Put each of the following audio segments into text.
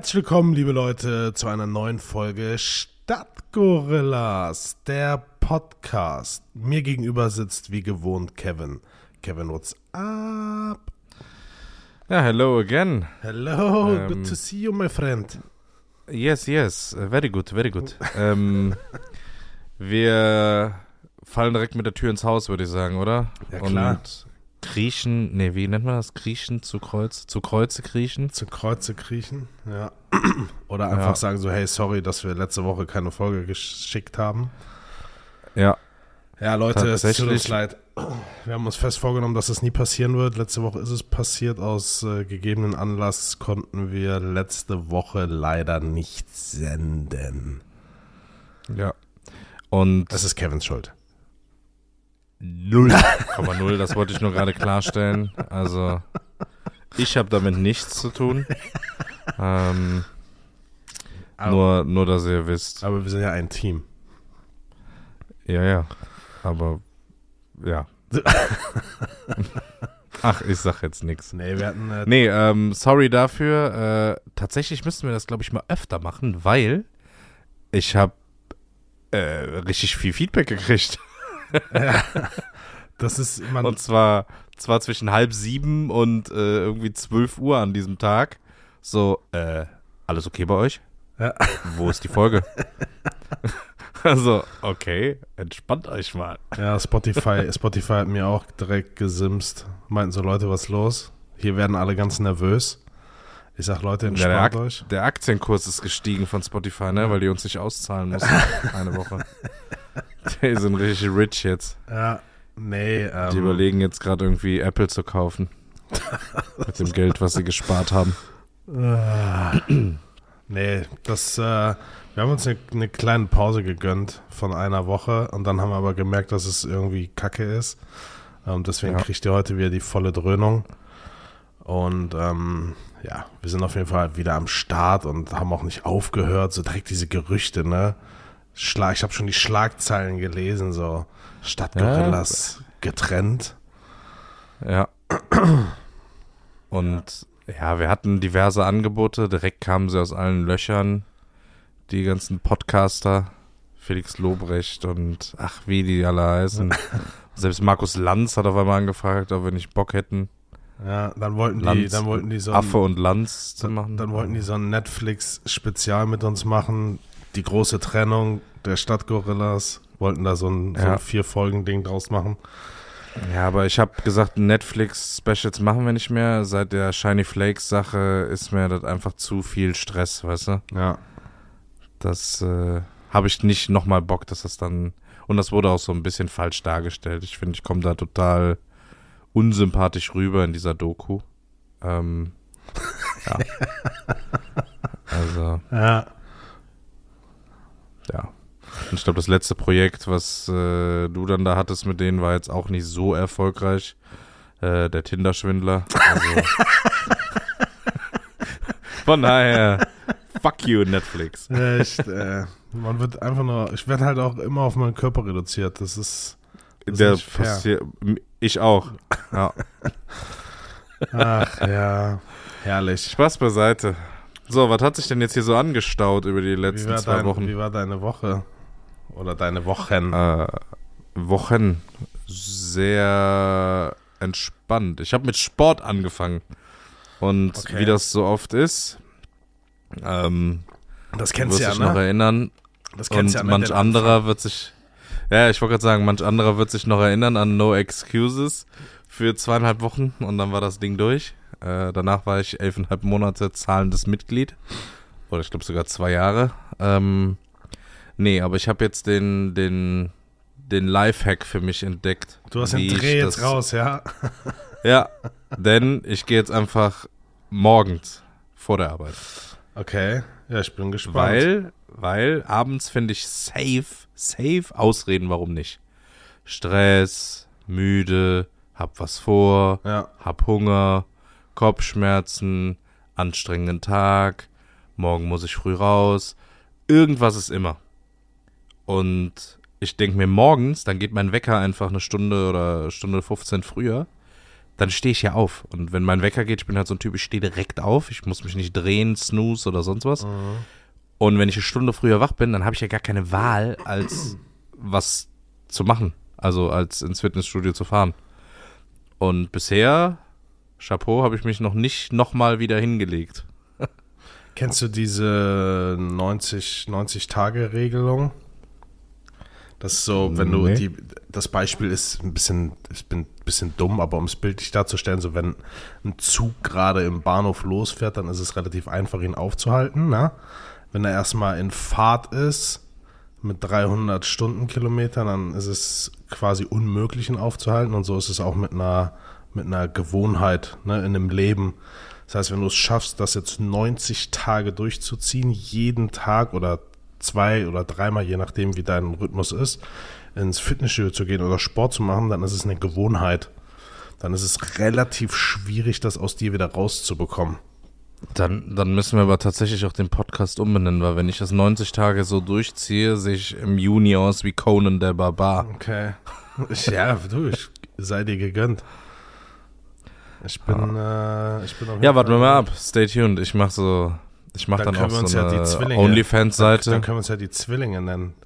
Herzlich willkommen, liebe Leute, zu einer neuen Folge Stadtgorillas, der Podcast. Mir gegenüber sitzt wie gewohnt Kevin. Kevin, what's up? Ja, hello again. Hello, good to see you, my friend. Yes, very good. Wir fallen direkt mit der Tür ins Haus, würde ich sagen, oder? Ja, klar. Und kriechen, wie nennt man das? Kriechen zu Kreuze kriechen? Zu Kreuze kriechen, ja. Oder einfach sagen so, hey, sorry, dass wir letzte Woche keine Folge geschickt haben. Ja. Ja, Leute, es tut uns leid. Wir haben uns fest vorgenommen, dass es nie passieren wird. Letzte Woche ist es passiert. Aus gegebenen Anlass konnten wir letzte Woche leider nicht senden. Ja. Und das ist Kevins Schuld. 0,0, das wollte ich nur gerade klarstellen. Also, ich habe damit nichts zu tun. Nur, dass ihr wisst. Aber wir sind ja ein Team. Ja. Aber, ja. Ach, ich sag jetzt nichts. Nee, wir hatten... sorry dafür. Tatsächlich müssten wir das, glaube ich, mal öfter machen, weil ich habe richtig viel Feedback gekriegt. Ja, das ist... Und zwar zwischen 6:30 und irgendwie 12 Uhr an diesem Tag. So, alles okay bei euch? Ja. Wo ist die Folge? Also, okay, entspannt euch mal. Ja, Spotify hat mir auch direkt gesimst. Meinten so, Leute, was ist los? Hier werden alle ganz nervös. Ich sag, Leute, entspannt euch. Der Aktienkurs ist gestiegen von Spotify, ne, weil die uns nicht auszahlen mussten. Eine Woche. Die sind richtig rich jetzt. Ja, nee. Die überlegen jetzt gerade irgendwie Apple zu kaufen. Mit dem Geld, was sie gespart haben. Nee, wir haben uns eine kleine Pause gegönnt von einer Woche und dann haben wir aber gemerkt, dass es irgendwie Kacke ist. Deswegen kriegt ihr heute wieder die volle Dröhnung. Und wir sind auf jeden Fall wieder am Start und haben auch nicht aufgehört. So direkt diese Gerüchte, ne? Ich habe schon die Schlagzeilen gelesen, so Stadtgorillas getrennt. Ja. Und ja, wir hatten diverse Angebote. Direkt kamen sie aus allen Löchern. Die ganzen Podcaster. Felix Lobrecht und wie die alle heißen. Selbst Markus Lanz hat auf einmal angefragt, ob wir nicht Bock hätten. Ja, dann wollten die so Affe und Lanz zu machen. Dann wollten die so ein Netflix-Spezial mit uns machen. Die große Trennung der Stadtgorillas. Wollten da so ein 4-Folgen-Ding draus machen. Ja, aber ich habe gesagt, Netflix-Specials machen wir nicht mehr. Seit der Shiny Flakes-Sache ist mir das einfach zu viel Stress, weißt du? Ja. Das habe ich nicht nochmal Bock, dass das dann... Und das wurde auch so ein bisschen falsch dargestellt. Ich finde, ich komme da total unsympathisch rüber in dieser Doku. Ja. Also... Ja. Und ich glaube, das letzte Projekt, was du dann da hattest mit denen, war jetzt auch nicht so erfolgreich. Der Tinder-Schwindler. Also von daher, fuck you, Netflix. Ja, echt, man wird einfach nur, ich werde halt auch immer auf meinen Körper reduziert. Das ist nicht fair. Ich auch. Ja. Ach ja, herrlich. Spaß beiseite. So, was hat sich denn jetzt hier so angestaut über die letzten 2 Wochen? Wie war deine Woche? Oder deine Wochen? Wochen. Sehr entspannt. Ich habe mit Sport angefangen. Und wie das so oft ist, das kennst du ja, ne? Noch erinnern. Das kennst du ja, manch anderer wird sich, ich wollte gerade sagen, manch anderer wird sich noch erinnern an No Excuses für 2,5 Wochen und dann war das Ding durch. Danach war ich 11,5 Monate zahlendes Mitglied. Oder ich glaube sogar 2 Jahre. Nee, aber ich habe jetzt den Lifehack für mich entdeckt. Du hast den Dreh jetzt raus, ja? Ja, denn ich gehe jetzt einfach morgens vor der Arbeit. Okay, ja, ich bin gespannt. Weil abends finde ich safe Ausreden, warum nicht. Stress, müde, hab was vor, hab Hunger, Kopfschmerzen, anstrengenden Tag, morgen muss ich früh raus. Irgendwas ist immer. Und ich denke mir morgens, dann geht mein Wecker einfach eine Stunde oder Stunde 15 früher. dann stehe ich ja auf. Und wenn mein Wecker geht, ich bin halt so ein Typ, ich stehe direkt auf. Ich muss mich nicht drehen, snooze oder sonst was. Und wenn ich eine Stunde früher wach bin, dann habe ich ja gar keine Wahl, als was zu machen. Also als ins Fitnessstudio zu fahren. Und bisher, Chapeau, habe ich mich noch nicht nochmal wieder hingelegt. Kennst du diese 90-Tage-Regelung? Das ist so, wenn du das Beispiel ist ein bisschen dumm, aber um es bildlich darzustellen, so wenn ein Zug gerade im Bahnhof losfährt, dann ist es relativ einfach, ihn aufzuhalten. Ne? Wenn er erstmal in Fahrt ist mit 300 Stundenkilometern, dann ist es quasi unmöglich, ihn aufzuhalten. Und so ist es auch mit einer Gewohnheit, ne, in einem Leben. Das heißt, wenn du es schaffst, das jetzt 90 Tage durchzuziehen, jeden Tag oder 2 oder 3-mal, je nachdem, wie dein Rhythmus ist, ins Fitnessstudio zu gehen oder Sport zu machen, dann ist es eine Gewohnheit. Dann ist es relativ schwierig, das aus dir wieder rauszubekommen. Dann müssen wir aber tatsächlich auch den Podcast umbenennen, weil wenn ich das 90 Tage so durchziehe, sehe ich im Juni aus wie Conan der Barbar. Okay. Ja, ich sei dir gegönnt. Ich bin auf Ja, warten wir mal ab. Stay tuned. Ich mach dann auch so eine OnlyFans-Seite. Dann können wir uns ja die Zwillinge nennen.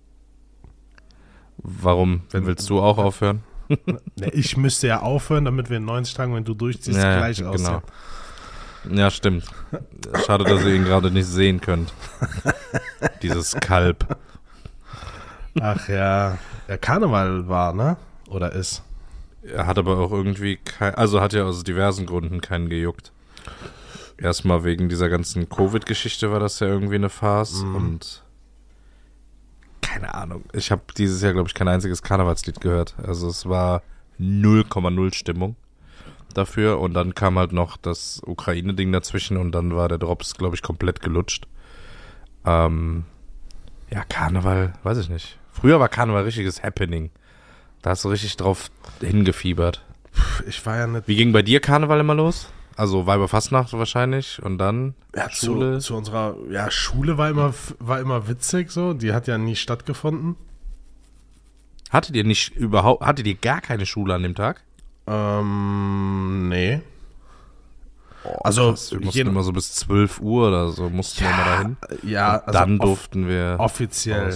Warum? Willst du auch aufhören? Ich müsste ja aufhören, damit wir in 90 Tagen, wenn du durchziehst, gleich aussehen. Ja, stimmt. Schade, dass ihr ihn gerade nicht sehen könnt. Dieses Kalb. Ach ja. Der Karneval war, ne? Oder ist? Er hat aber auch irgendwie hat ja aus diversen Gründen keinen gejuckt. Erstmal wegen dieser ganzen Covid-Geschichte war das ja irgendwie eine Farce und keine Ahnung. Ich habe dieses Jahr, glaube ich, kein einziges Karnevalslied gehört. Also es war 0,0 Stimmung dafür und dann kam halt noch das Ukraine-Ding dazwischen und dann war der Drops, glaube ich, komplett gelutscht. Ja, Karneval, weiß ich nicht. Früher war Karneval richtiges Happening. Da hast du richtig drauf hingefiebert. Ich war ja nicht. Wie ging bei dir Karneval immer los? Also Weiberfastnacht wahrscheinlich und dann Schule? Zu unserer Schule war immer witzig so. Die hat ja nie stattgefunden. Hattet ihr gar keine Schule an dem Tag? Nee. Also wir mussten immer so bis 12 Uhr oder so mussten wir mal dahin. Ja, also dann durften wir offiziell.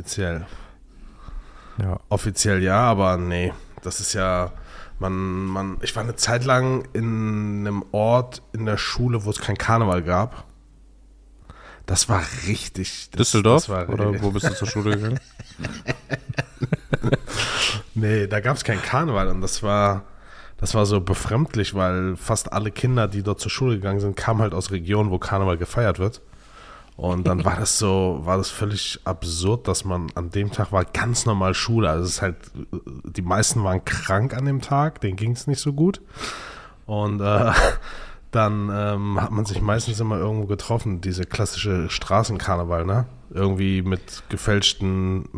Ja. Offiziell ja, aber nee. Das ist ja, ich war eine Zeit lang in einem Ort in der Schule, wo es kein Karneval gab. Das war richtig. Düsseldorf? Oder wo bist du zur Schule gegangen? Nee, da gab es kein Karneval und das war so befremdlich, weil fast alle Kinder, die dort zur Schule gegangen sind, kamen halt aus Regionen, wo Karneval gefeiert wird. Und dann war das völlig absurd, dass man an dem Tag war ganz normal Schule. Also es ist halt, die meisten waren krank an dem Tag, denen ging es nicht so gut. Und dann hat man sich meistens immer irgendwo getroffen, diese klassische Straßenkarneval, ne? Irgendwie mit gefälschten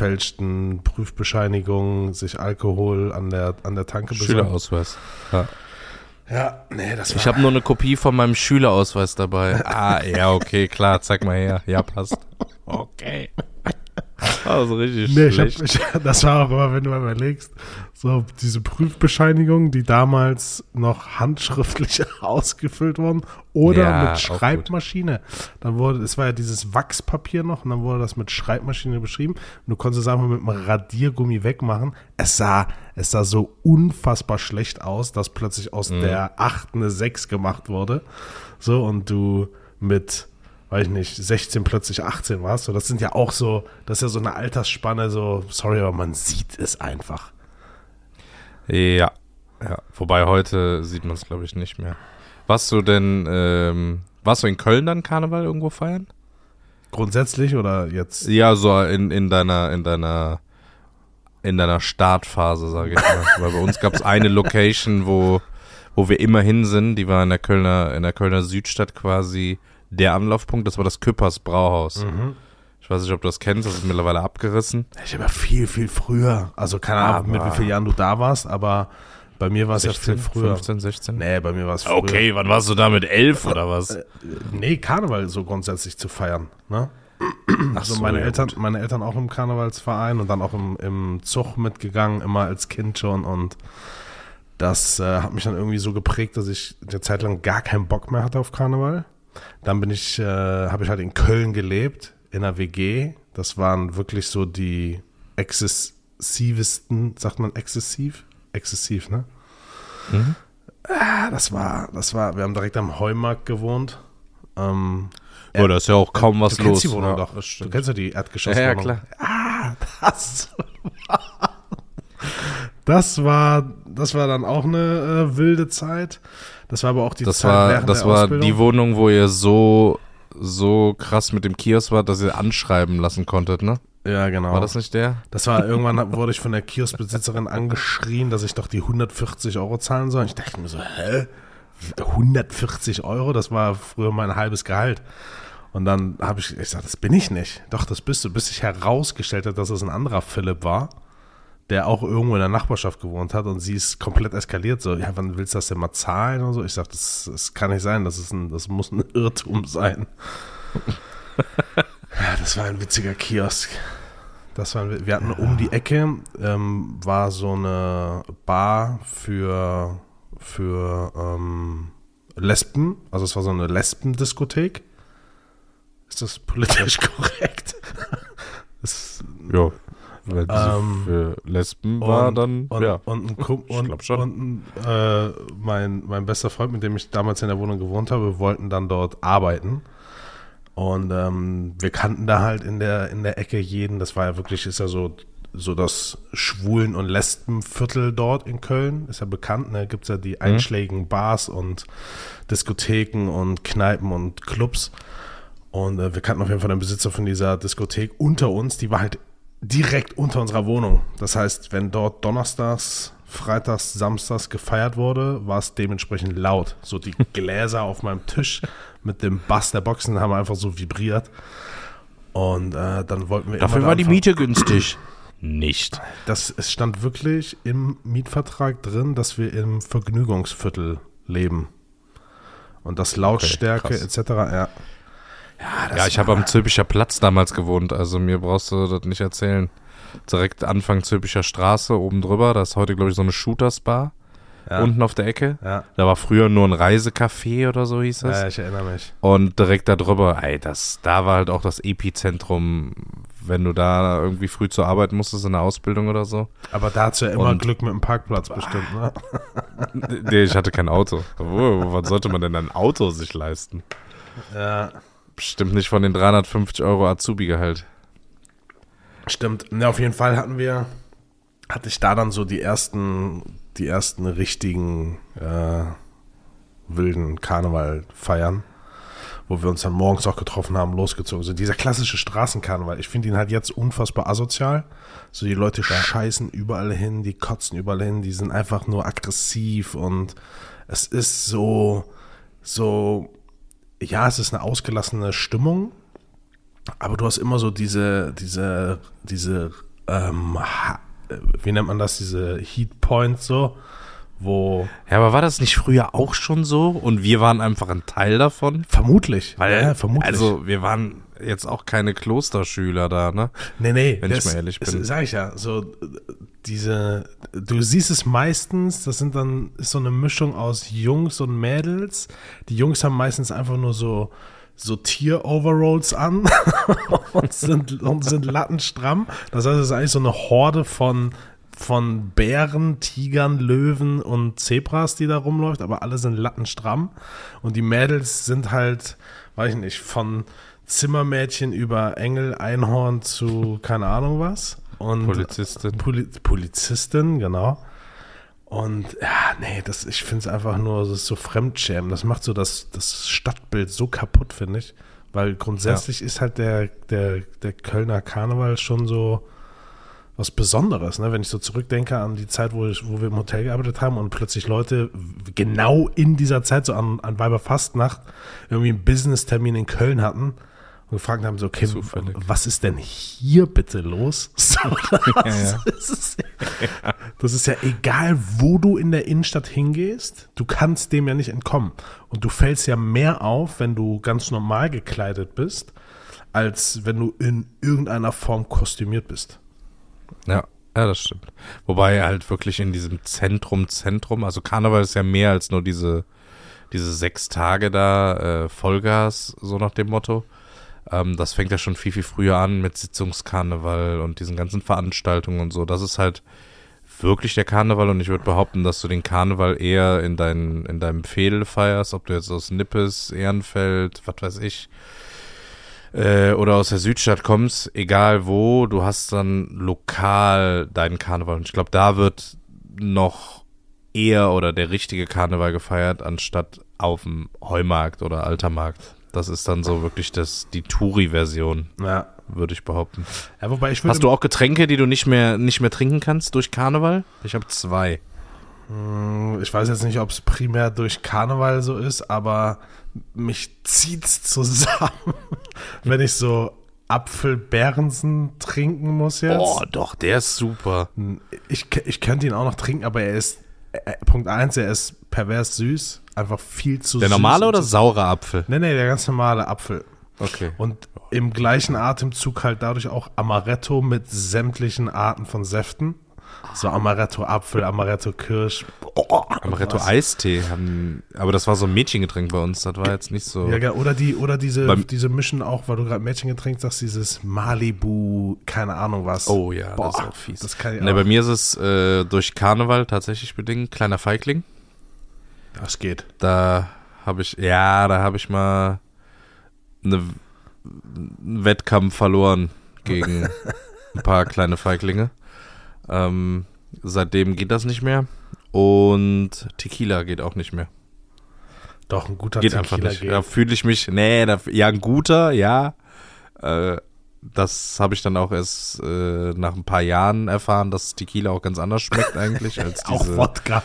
Prüfbescheinigungen, sich Alkohol an der Tanke besorgt. Schülerausweis. Ja. Ja, nee, das war... Ich habe nur eine Kopie von meinem Schülerausweis dabei. Ja, okay, klar, zeig mal her. Ja, passt. Okay. Also richtig schlecht. Das war auch immer, wenn du mal überlegst, so diese Prüfbescheinigungen, die damals noch handschriftlich ausgefüllt wurden oder mit Schreibmaschine. Es war ja dieses Wachspapier noch und dann wurde das mit Schreibmaschine beschrieben und du konntest es einfach mit einem Radiergummi wegmachen. Es sah so unfassbar schlecht aus, dass plötzlich aus der 8 eine 6 gemacht wurde. So, und du mit, weiß ich nicht, 16 plötzlich 18 warst. So, das ist ja so eine Altersspanne, so, sorry, aber man sieht es einfach. Ja. Wobei heute sieht man es, glaube ich, nicht mehr. Warst du in Köln dann Karneval irgendwo feiern? Grundsätzlich oder jetzt? Ja, so in deiner Startphase, sage ich mal. Weil bei uns gab es eine Location, wo wir immer hin sind, die war in der Kölner Südstadt quasi der Anlaufpunkt, das war das Küppers Brauhaus. Mhm. Ich weiß nicht, ob du das kennst, das ist mittlerweile abgerissen. Ich habe viel, viel früher, also keine Ahnung, mit wie vielen Jahren du da warst, aber bei mir war es ja viel früher. 15, 16? Nee, bei mir war es früher. Okay, wann warst du da mit 11 oder was? Nee, Karneval so grundsätzlich zu feiern, ne? Also meine Eltern auch im Karnevalsverein und dann auch im Zug mitgegangen, immer als Kind schon und Das hat mich dann irgendwie so geprägt, dass ich eine Zeit lang gar keinen Bock mehr hatte auf Karneval. Dann habe ich halt in Köln gelebt, in einer WG. Das waren wirklich so die exzessivsten, sagt man exzessiv? Exzessiv, ne? Mhm. Das war, wir haben direkt am Heumarkt gewohnt. Da ist ja auch kaum was du kennst los. Die Wohnung doch. Du kennst ja die Erdgeschosswohnung. Ja, klar. Das war dann auch eine wilde Zeit. Das war aber auch die Zeit während der Ausbildung. Das war die Wohnung, wo ihr so krass mit dem Kiosk wart, dass ihr anschreiben lassen konntet, ne? Ja, genau. War das nicht der? Das war, irgendwann wurde ich von der Kioskbesitzerin angeschrien, dass ich doch die 140 Euro zahlen soll. Ich dachte mir so, 140 Euro? Das war früher mein halbes Gehalt. Und dann habe ich gesagt, das bin ich nicht. Doch, das bist du. Bis sich herausgestellt hat, dass es ein anderer Philipp war, der auch irgendwo in der Nachbarschaft gewohnt hat, und sie ist komplett eskaliert. So, ja, wann willst du das denn mal zahlen? Und so. Ich sage, das kann nicht sein. Das muss ein Irrtum sein. Ja, das war ein witziger Kiosk. Wir hatten um die Ecke, war so eine Bar für Lesben. Also es war so eine Lesbendiskothek. Ist das politisch korrekt? Ja. Wenn sie für Lesben war, dann ja. Mein bester Freund, mit dem ich damals in der Wohnung gewohnt habe, wir wollten dann dort arbeiten. Und wir kannten da halt in der Ecke jeden. Das war ja wirklich, ist ja so das Schwulen- und Lesbenviertel dort in Köln. Ist ja bekannt, ne? Gibt es ja die einschlägigen Bars und Diskotheken und Kneipen und Clubs. Und wir kannten auf jeden Fall den Besitzer von dieser Diskothek unter uns. Die war halt direkt unter unserer Wohnung. Das heißt, wenn dort donnerstags, freitags, samstags gefeiert wurde, war es dementsprechend laut. So die Gläser auf meinem Tisch mit dem Bass der Boxen haben einfach so vibriert. Und dann wollten wir Dafür war die Miete günstig. Nicht. Es stand wirklich im Mietvertrag drin, dass wir im Vergnügungsviertel leben. Und das Lautstärke etc. Ja. Ja, ich habe am Zülpicher Platz damals gewohnt, also mir brauchst du das nicht erzählen. Direkt Anfang Zülpicher Straße, oben drüber, da ist heute, glaube ich, so eine Shooters-Bar, unten auf der Ecke. Ja. Da war früher nur ein Reisecafé oder so hieß das. Ja, ich erinnere mich. Und direkt da drüber, da war halt auch das Epizentrum, wenn du da irgendwie früh zur Arbeit musstest in der Ausbildung oder so. Aber da hast du ja immer Glück mit dem Parkplatz bestimmt, ne? Nee, ich hatte kein Auto. Wann sollte man denn ein Auto sich leisten? Ja. Bestimmt nicht von den 350 Euro Azubi-Gehalt. Stimmt. Ja, auf jeden Fall hatte ich da dann so die ersten richtigen wilden Karneval-Feiern, wo wir uns dann morgens auch getroffen haben, losgezogen sind. Dieser klassische Straßenkarneval, ich finde ihn halt jetzt unfassbar asozial. So, die Leute scheißen überall hin, die kotzen überall hin, die sind einfach nur aggressiv und es ist so, ja, es ist eine ausgelassene Stimmung, aber du hast immer so diese wie nennt man das, diese Heat Points so, wo... Ja, aber war das nicht früher auch schon so und wir waren einfach ein Teil davon? Vermutlich. Vermutlich. Also wir waren jetzt auch keine Klosterschüler da, ne? Nee. Wenn ich mal ehrlich bin. Das sag ich ja, so du siehst es meistens, ist so eine Mischung aus Jungs und Mädels. Die Jungs haben meistens einfach nur so Tier-Overalls an und sind lattenstramm. Das heißt, es ist eigentlich so eine Horde von Bären, Tigern, Löwen und Zebras, die da rumläuft, aber alle sind lattenstramm. Und die Mädels sind halt, weiß ich nicht, von Zimmermädchen über Engel, Einhorn zu keine Ahnung was. Und Polizistin, genau. Und ja, nee, ich finde es einfach nur, das ist so Fremdschämen. Das macht so das Stadtbild so kaputt, finde ich. Weil grundsätzlich ist halt der Kölner Karneval schon so was Besonderes, ne? Wenn ich so zurückdenke an die Zeit, wo wir im Hotel gearbeitet haben und plötzlich Leute genau in dieser Zeit, so an Weiberfastnacht, irgendwie einen Business-Termin in Köln hatten und gefragt haben, so, okay, was ist denn hier bitte los? So, das ist ja egal, wo du in der Innenstadt hingehst, du kannst dem ja nicht entkommen. Und du fällst ja mehr auf, wenn du ganz normal gekleidet bist, als wenn du in irgendeiner Form kostümiert bist. Ja, Ja, das stimmt. Wobei halt wirklich in diesem Zentrum, also Karneval ist ja mehr als nur diese 6 Tage da, Vollgas, so nach dem Motto. Das fängt ja schon viel, viel früher an mit Sitzungskarneval und diesen ganzen Veranstaltungen und so. Das ist halt wirklich der Karneval und ich würde behaupten, dass du den Karneval eher in deinem Veedel feierst, ob du jetzt aus Nippes, Ehrenfeld, was weiß ich, oder aus der Südstadt kommst, egal wo, du hast dann lokal deinen Karneval. Und ich glaube, da wird noch eher oder der richtige Karneval gefeiert, anstatt auf dem Heumarkt oder Altermarkt. Das ist dann so wirklich die Touri-Version, würde ich behaupten. Ja, wobei hast du auch Getränke, die du nicht mehr trinken kannst durch Karneval? Ich habe 2. Ich weiß jetzt nicht, ob es primär durch Karneval so ist, aber mich zieht's zusammen, wenn ich so Apfel-Beerensen trinken muss jetzt. Boah, doch, der ist super. Ich könnte ihn auch noch trinken, aber er ist, Punkt 1, er ist pervers süß, einfach viel zu süß. Der normale oder saure Apfel? Nee, der ganz normale Apfel. Okay. Und im gleichen Atemzug halt dadurch auch Amaretto mit sämtlichen Arten von Säften. So Amaretto-Apfel, Amaretto-Kirsch. Amaretto Eistee aber das war so ein Mädchengetränk bei uns, das war jetzt nicht so. Ja, oder diese Mischen auch, weil du gerade Mädchengetränk sagst, dieses Malibu, keine Ahnung was. Oh ja, das ist auch fies. Das kann ich auch. Bei mir ist es durch Karneval tatsächlich bedingt, kleiner Feigling. Das geht. Da habe ich mal einen Wettkampf verloren gegen ein paar kleine Feiglinge. Seitdem geht das nicht mehr. Und Tequila geht auch nicht mehr. Doch, ein guter geht Tequila einfach nicht. geht. Da fühle ich mich, ein guter, ja. Das habe ich dann auch erst nach ein paar Jahren erfahren, dass Tequila auch ganz anders schmeckt eigentlich als auch diese Wodka.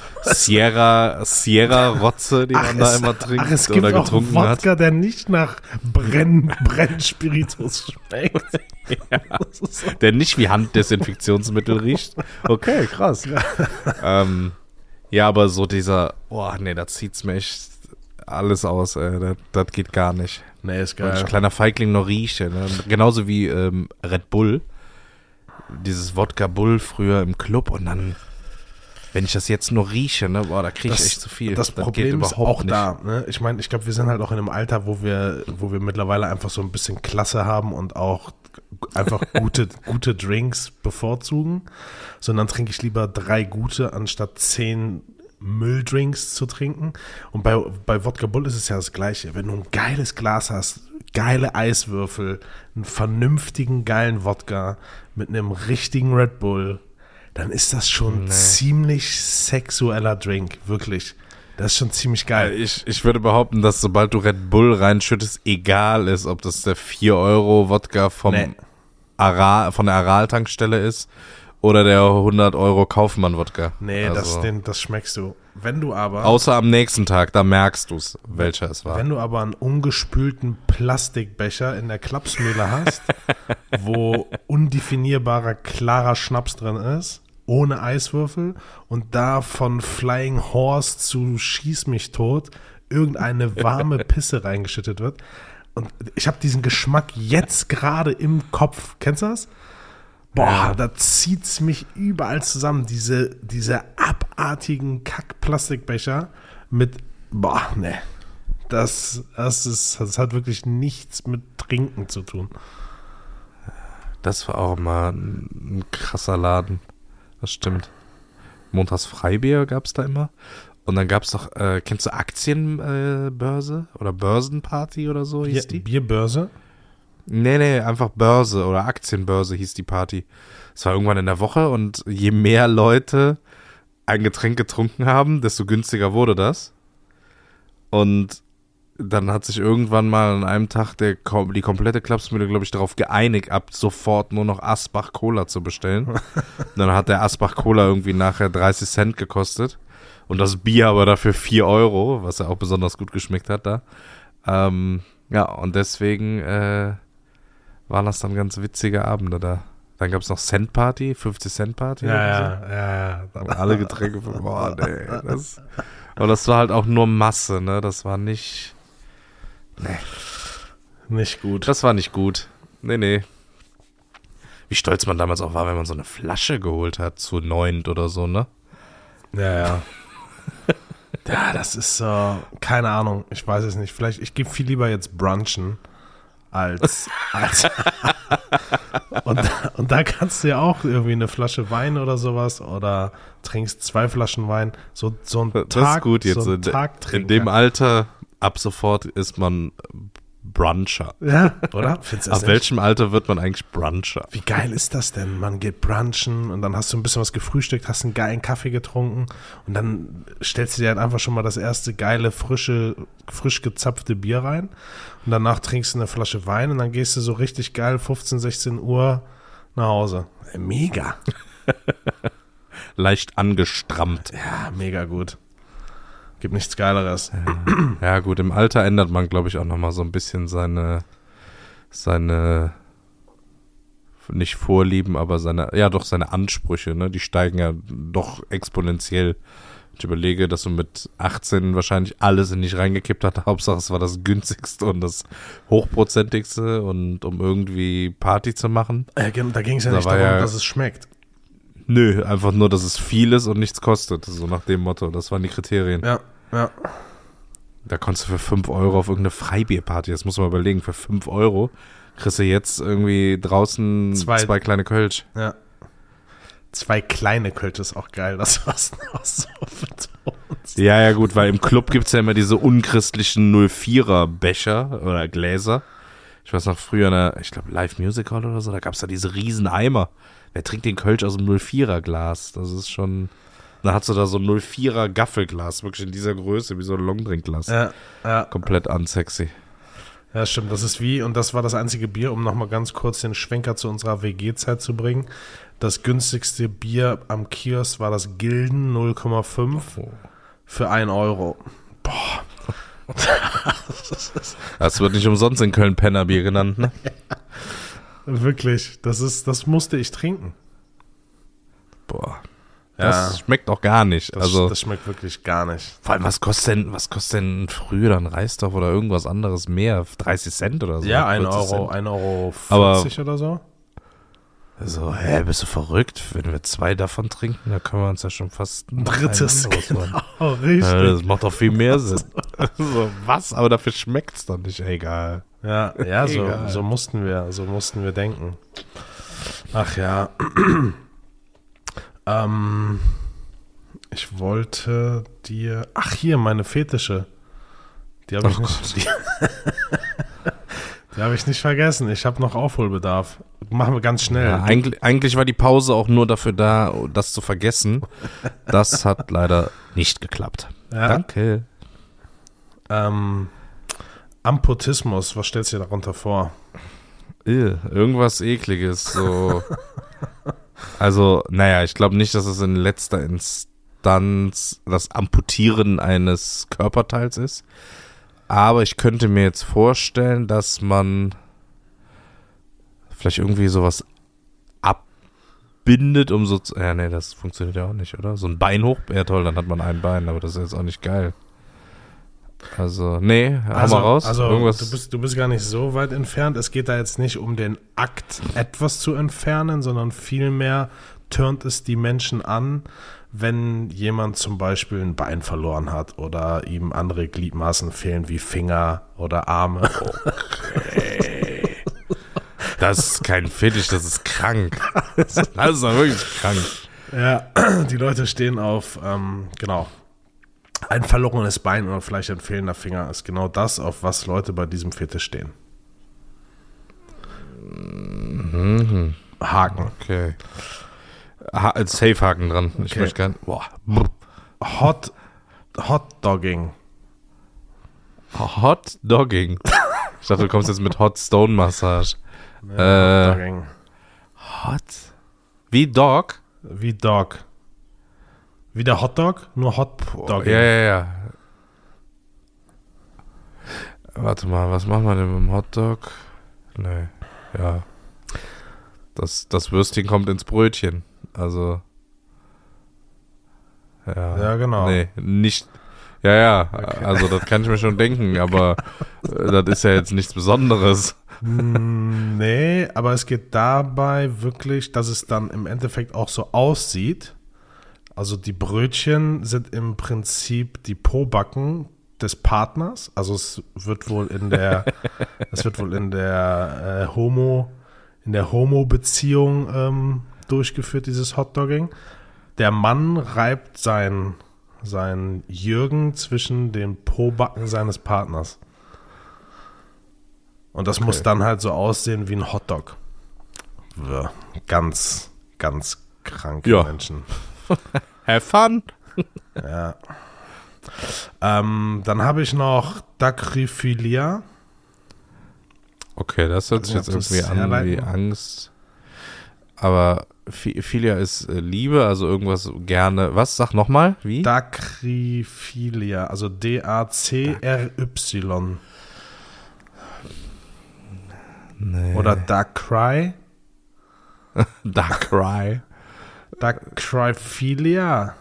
Sierra-Rotze, die man da immer trinkt es gibt oder auch getrunken Wodka, hat. der nicht nach Brennspiritus schmeckt. Ja, der nicht wie Handdesinfektionsmittel riecht. Okay, krass. Ja, aber so dieser, da zieht's mir echt alles aus, ey. Das geht gar nicht. Nee, ist geil. Weil ich kleiner Feigling noch rieche, ne? Genauso wie Red Bull. Dieses Wodka Bull früher im Club und dann, wenn ich das jetzt nur rieche, ne, da kriege ich echt zu viel. Das Problem ist auch da, ne? Ich meine, ich glaube, wir sind halt auch in einem Alter, wo wir mittlerweile einfach so ein bisschen Klasse haben und auch einfach gute Drinks bevorzugen. Sondern trinke ich lieber 3 gute, anstatt 10 Mülldrinks zu trinken. Und bei Wodka Bull ist es ja das Gleiche. Wenn du ein geiles Glas hast, geile Eiswürfel, einen vernünftigen, geilen Wodka mit einem richtigen Red Bull, dann ist das schon ziemlich sexueller Drink, wirklich. Das ist schon ziemlich geil. Ich würde behaupten, dass sobald du Red Bull reinschüttest, egal ist, ob das der 4-Euro-Wodka von der Aral-Tankstelle ist oder der 100-Euro Kaufmann-Wodka. Nee, also, das schmeckst du. Wenn du aber... Außer am nächsten Tag, da merkst du es, welcher es war. Wenn du aber einen ungespülten Plastikbecher in der Klapsmühle hast, wo undefinierbarer, klarer Schnaps drin ist, ohne Eiswürfel und da von Flying Horse zu Schieß mich tot irgendeine warme Pisse reingeschüttet wird. Und ich habe diesen Geschmack jetzt gerade im Kopf. Kennst du das? Boah, da zieht's mich überall zusammen. Diese abartigen Kack-Plastikbecher mit, das hat wirklich nichts mit Trinken zu tun. Das war auch mal ein krasser Laden. Das stimmt. Montags Freibier gab's da immer. Und dann gab's doch, kennst du Aktienbörse oder Börsenparty oder so hieß die? Bierbörse? Nee, einfach Börse oder Aktienbörse hieß die Party. Es war irgendwann in der Woche und je mehr Leute ein Getränk getrunken haben, desto günstiger wurde das. Und dann hat sich irgendwann mal an einem Tag die komplette Klapsmühle, glaube ich, darauf geeinigt, ab sofort nur noch Asbach Cola zu bestellen. Und dann hat der Asbach Cola irgendwie nachher 30 Cent gekostet. Und das Bier aber dafür 4 Euro, was ja auch besonders gut geschmeckt hat da. Und deswegen waren das dann ganz witzige Abende da. Dann gab es noch Cent Party, 50 Cent Party. Ja. Und alle Getränke von, aber das war halt auch nur Masse, ne? Das war nicht... Nicht gut. Das war nicht gut. Nee. wie stolz man damals auch war, wenn man so eine Flasche geholt hat, zu 9 oder so, ne? Ja. Ja, das ist so, keine Ahnung, ich weiß es nicht. Vielleicht, ich gehe viel lieber jetzt brunchen als und da kannst du ja auch irgendwie eine Flasche Wein oder sowas oder trinkst 2 Flaschen Wein, so ein Tag, das ist gut jetzt. so einen Tag trinken. In dem Alter, ab sofort ist man Bruncher. Ja, oder? Ab welchem Alter wird man eigentlich Bruncher? Wie geil ist das denn? Man geht brunchen und dann hast du ein bisschen was gefrühstückt, hast einen geilen Kaffee getrunken und dann stellst du dir halt einfach schon mal das erste geile, frisch gezapfte Bier rein und danach trinkst du eine Flasche Wein und dann gehst du so richtig geil 15, 16 Uhr nach Hause. Mega. Leicht angestrammt. Ja, mega gut. Gibt nichts Geileres. Ja gut, im Alter ändert man, glaube ich, auch nochmal so ein bisschen seine nicht Vorlieben, aber seine Ansprüche, ne? Die steigen ja doch exponentiell. Ich überlege, dass du mit 18 wahrscheinlich alles in dich reingekippt hast. Hauptsache, es war das günstigste und das hochprozentigste und um irgendwie Party zu machen. Da ging es ja nicht darum, dass es schmeckt. Nö, einfach nur, dass es viel ist und nichts kostet. So nach dem Motto. Das waren die Kriterien. Ja. Da konntest du für 5 Euro auf irgendeine Freibierparty, das muss man überlegen, für 5 Euro kriegst du jetzt irgendwie draußen 2 kleine Kölsch. Ja. 2 kleine Kölsch ist auch geil, das war's noch so betont. Ja, gut, weil im Club gibt's ja immer diese unchristlichen 04er Becher oder Gläser. Ich weiß noch früher, ich glaube Live Music Hall oder so, da gab's da diese riesen Eimer. Wer trinkt den Kölsch aus dem 04er Glas? Das ist schon... Dann hast du da so ein 04er Gaffelglas, wirklich in dieser Größe, wie so ein Longdrinkglas. Ja. Komplett unsexy. Ja, stimmt. Das ist und das war das einzige Bier, um nochmal ganz kurz den Schwenker zu unserer WG-Zeit zu bringen. Das günstigste Bier am Kiosk war das Gilden 0,5 für 1 Euro. Boah. Das wird nicht umsonst in Köln Pennerbier genannt, ne? Wirklich, das musste ich trinken. Boah. Das schmeckt auch gar nicht. Das schmeckt wirklich gar nicht. Vor allem, was kostet denn früher dann Reisdorf oder irgendwas anderes mehr? 30 Cent oder so? Ja, 1 Euro, 1,40 Euro oder so. Also, bist du verrückt? Wenn wir 2 davon trinken, da können wir uns ja schon fast ein drittes, genau, richtig. Das macht doch viel mehr Sinn. So, was? Aber dafür schmeckt's doch nicht, egal. Ja, so mussten wir denken. Ach ja. Ich wollte dir... Ach, hier, meine Fetische. Die habe ich nicht vergessen. Ich habe noch Aufholbedarf. Machen wir ganz schnell. Ja, eigentlich war die Pause auch nur dafür da, das zu vergessen. Das hat leider nicht geklappt. Ja. Danke. Amputismus, was stellst du dir darunter vor? Irgendwas Ekliges, so... Also, ich glaube nicht, dass es in letzter Instanz das Amputieren eines Körperteils ist. Aber ich könnte mir jetzt vorstellen, dass man vielleicht irgendwie sowas abbindet, um so zu... Ja, nee, das funktioniert ja auch nicht, oder? So ein Bein hoch, ja toll, dann hat man ein Bein, aber das ist jetzt auch nicht geil. Also, nee, hau mal raus. Also, irgendwas. du bist gar nicht so weit entfernt. Es geht da jetzt nicht um den Akt, etwas zu entfernen, sondern vielmehr turnt es die Menschen an, wenn jemand zum Beispiel ein Bein verloren hat oder ihm andere Gliedmaßen fehlen, wie Finger oder Arme. Okay. Das ist kein Fetisch, das ist krank. Das ist doch wirklich krank. Ja, die Leute stehen auf, genau. Ein verlorenes Bein oder vielleicht ein fehlender Finger ist genau das, auf was Leute bei diesem Fetisch stehen. Mhm. Haken. Okay. Safe-Haken dran. Ich möchte gern. Hot-Dogging. Hot-Dogging. Ich dachte, du kommst jetzt mit Hot-Stone-Massage. Hot-Dogging. Wie Dog? Wie Dog. Wie der Hotdog, nur Hot-Dogging. Ja. Warte mal, was machen wir denn mit dem Hotdog? Nee, ja. Das Würstchen kommt ins Brötchen. Also. Ja, genau. Nee, nicht. Ja, okay. Also das kann ich mir schon denken, aber das ist ja jetzt nichts Besonderes. Nee, aber es geht dabei wirklich, dass es dann im Endeffekt auch so aussieht. Also die Brötchen sind im Prinzip die Pobacken des Partners. Also es wird wohl in der Homo-Beziehung durchgeführt, dieses Hotdogging. Der Mann reibt sein Jürgen zwischen den Pobacken seines Partners. Und das muss dann halt so aussehen wie ein Hotdog. Ganz, ganz kranke Menschen. Have fun. Ja. Dann habe ich noch Dacryphilia. Okay, das hört sich jetzt irgendwie an wie Angst. Aber Philia ist Liebe, also irgendwas gerne. Was? Sag nochmal. Wie? Dacryphilia, also D-A-C-R-Y. Nee. Oder Dacry. Dacry. Dacryphilia.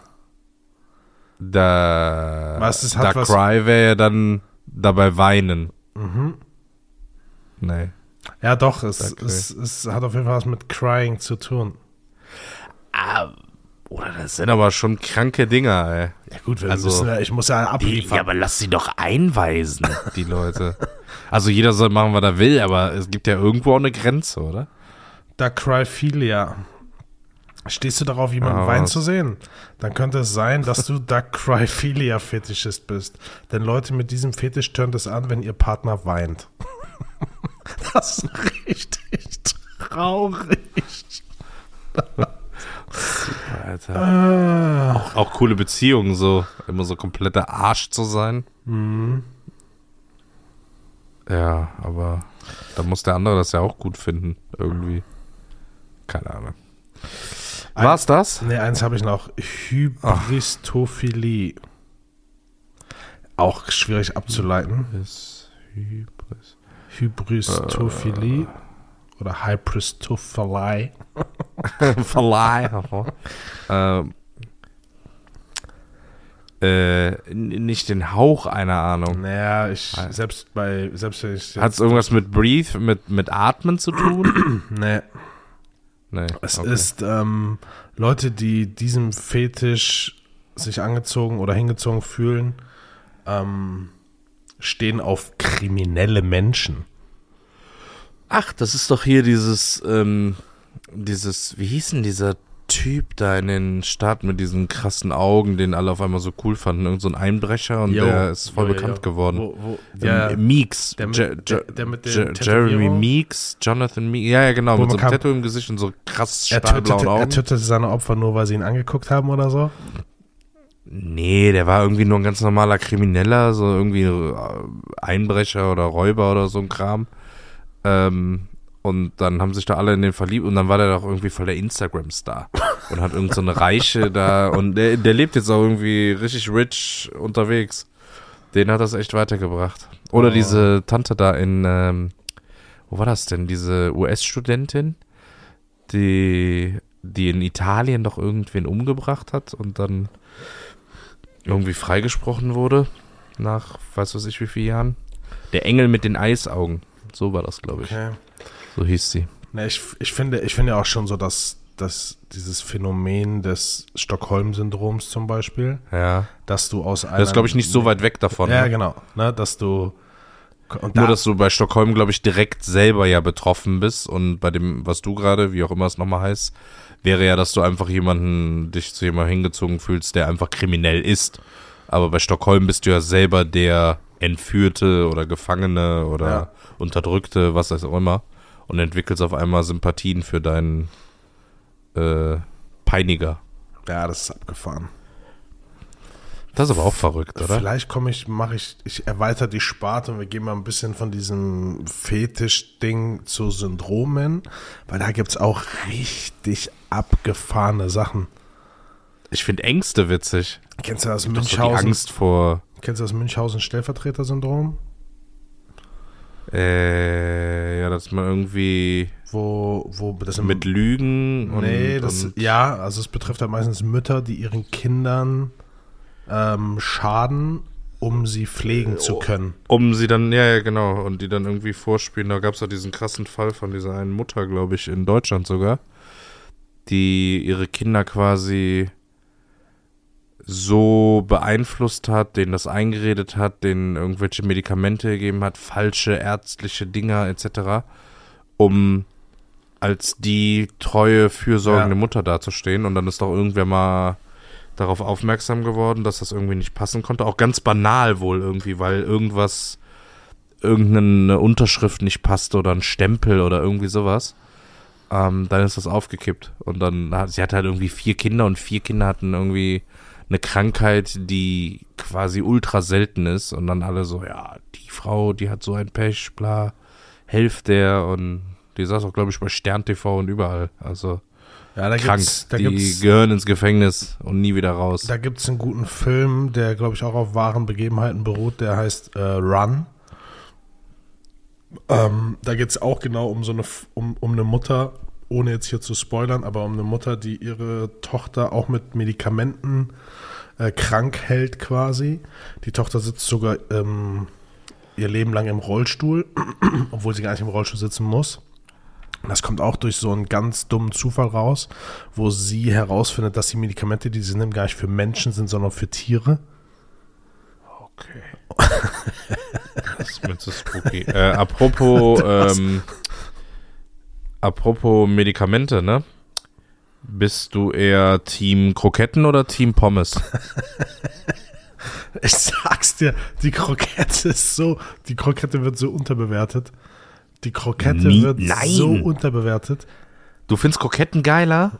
Dacry wäre ja dann dabei weinen. Mhm. Nee. Ja, doch, es hat auf jeden Fall was mit Crying zu tun. Oder das sind aber schon kranke Dinger, ey. Ja gut, ich muss ja abliefern. Ja, aber lass sie doch einweisen, die Leute. Also jeder soll machen, was er will, aber es gibt ja irgendwo auch eine Grenze, oder? Dacryphilia. Stehst du darauf, jemanden weinen zu sehen? Dann könnte es sein, dass du Dacryphilia-Fetischist bist. Denn Leute mit diesem Fetisch tönt es an, wenn ihr Partner weint. Das ist richtig traurig. Super, Alter. Auch coole Beziehungen, so immer so kompletter Arsch zu sein. Mhm. Ja, aber da muss der andere das ja auch gut finden, irgendwie. Keine Ahnung. War's das? Ne, eins habe ich noch. Hybristophilie. Auch schwierig abzuleiten. Hybristophilie oder Hybristophilie. Nicht den Hauch einer Ahnung. Naja, selbst wenn ich hat es irgendwas mit Breathe, mit Atmen zu tun? Nee. Es ist Leute, die diesem Fetisch sich angezogen oder hingezogen fühlen, stehen auf kriminelle Menschen. Ach, das ist doch hier dieses, wie hieß denn dieser Typ da in den Staaten mit diesen krassen Augen, den alle auf einmal so cool fanden, irgend so ein Einbrecher und der ist voll bekannt geworden. Meeks, der mit Jeremy Meeks, Jonathan Meeks, ja genau, mit so einem Tattoo im Gesicht und so krass stahlblauen Augen. Er tötete seine Opfer nur, weil sie ihn angeguckt haben oder so? Nee, der war irgendwie nur ein ganz normaler Krimineller, so irgendwie Einbrecher oder Räuber oder so ein Kram. Und dann haben sich da alle in den verliebt und dann war der doch irgendwie voll der Instagram-Star und hat irgend so eine Reiche da und der lebt jetzt auch irgendwie richtig rich unterwegs. Den hat das echt weitergebracht. Oder diese Tante da in, wo war das denn? Diese US-Studentin, die in Italien doch irgendwen umgebracht hat und dann irgendwie freigesprochen wurde nach weiß was ich wie vielen Jahren. Der Engel mit den Eisaugen. So war das, glaube ich. Okay. So hieß sie. Ne, ich finde ja auch schon so, dass dieses Phänomen des Stockholm-Syndroms zum Beispiel, dass du aus einer... Das ist, glaube ich, nicht so weit weg davon. Ja, ne? genau. Ne, dass du... Nur, dass du bei Stockholm, glaube ich, direkt selber ja betroffen bist und bei dem, was du gerade, wie auch immer es nochmal heißt, wäre ja, dass du einfach dich zu jemandem hingezogen fühlst, der einfach kriminell ist. Aber bei Stockholm bist du ja selber der Entführte oder Gefangene oder Unterdrückte, was auch immer. Und entwickelst auf einmal Sympathien für deinen Peiniger. Ja, das ist abgefahren. Das ist aber auch verrückt, oder? Vielleicht ich erweitere die Sparte und wir gehen mal ein bisschen von diesem Fetisch-Ding zu Syndromen, weil da gibt es auch richtig abgefahrene Sachen. Ich finde Ängste witzig. Kennst du das Münchhausen? Die Angst vor... Kennst du das Münchhausen-Stellvertreter-Syndrom? Ja, dass man irgendwie wo das mit Lügen und... Nee, also es betrifft halt meistens Mütter, die ihren Kindern Schaden um sie pflegen zu können. Um sie dann, ja, genau, und die dann irgendwie vorspielen. Da gab es ja diesen krassen Fall von dieser einen Mutter, glaube ich, in Deutschland sogar, die ihre Kinder quasi so beeinflusst hat, denen das eingeredet hat, denen irgendwelche Medikamente gegeben hat, falsche ärztliche Dinger etc., um als die treue, fürsorgende Mutter dazustehen. Und dann ist doch irgendwer mal darauf aufmerksam geworden, dass das irgendwie nicht passen konnte. Auch ganz banal wohl irgendwie, weil irgendeine Unterschrift nicht passte oder ein Stempel oder irgendwie sowas. Dann ist das aufgekippt. Und dann sie hatte halt irgendwie 4 Kinder und 4 Kinder hatten irgendwie eine Krankheit, die quasi ultra selten ist. Und dann alle so, ja, die Frau, die hat so ein Pech, bla, helft der. Und die saß auch, glaube ich, bei Stern TV und überall. Also ja, da krank. Die gehören ins Gefängnis und nie wieder raus. Da gibt es einen guten Film, der, glaube ich, auch auf wahren Begebenheiten beruht. Der heißt Run. Da geht es auch genau um so eine Mutter, ohne jetzt hier zu spoilern, aber um eine Mutter, die ihre Tochter auch mit Medikamenten krank hält quasi. Die Tochter sitzt sogar ihr Leben lang im Rollstuhl, obwohl sie gar nicht im Rollstuhl sitzen muss. Das kommt auch durch so einen ganz dummen Zufall raus, wo sie herausfindet, dass die Medikamente, die sie nimmt, gar nicht für Menschen sind, sondern für Tiere. Okay. Das ist mir zu spooky. Apropos Medikamente, ne? Bist du eher Team Kroketten oder Team Pommes? Ich sag's dir, die Krokette wird so unterbewertet. Die Krokette wird so unterbewertet. Du findest Kroketten geiler?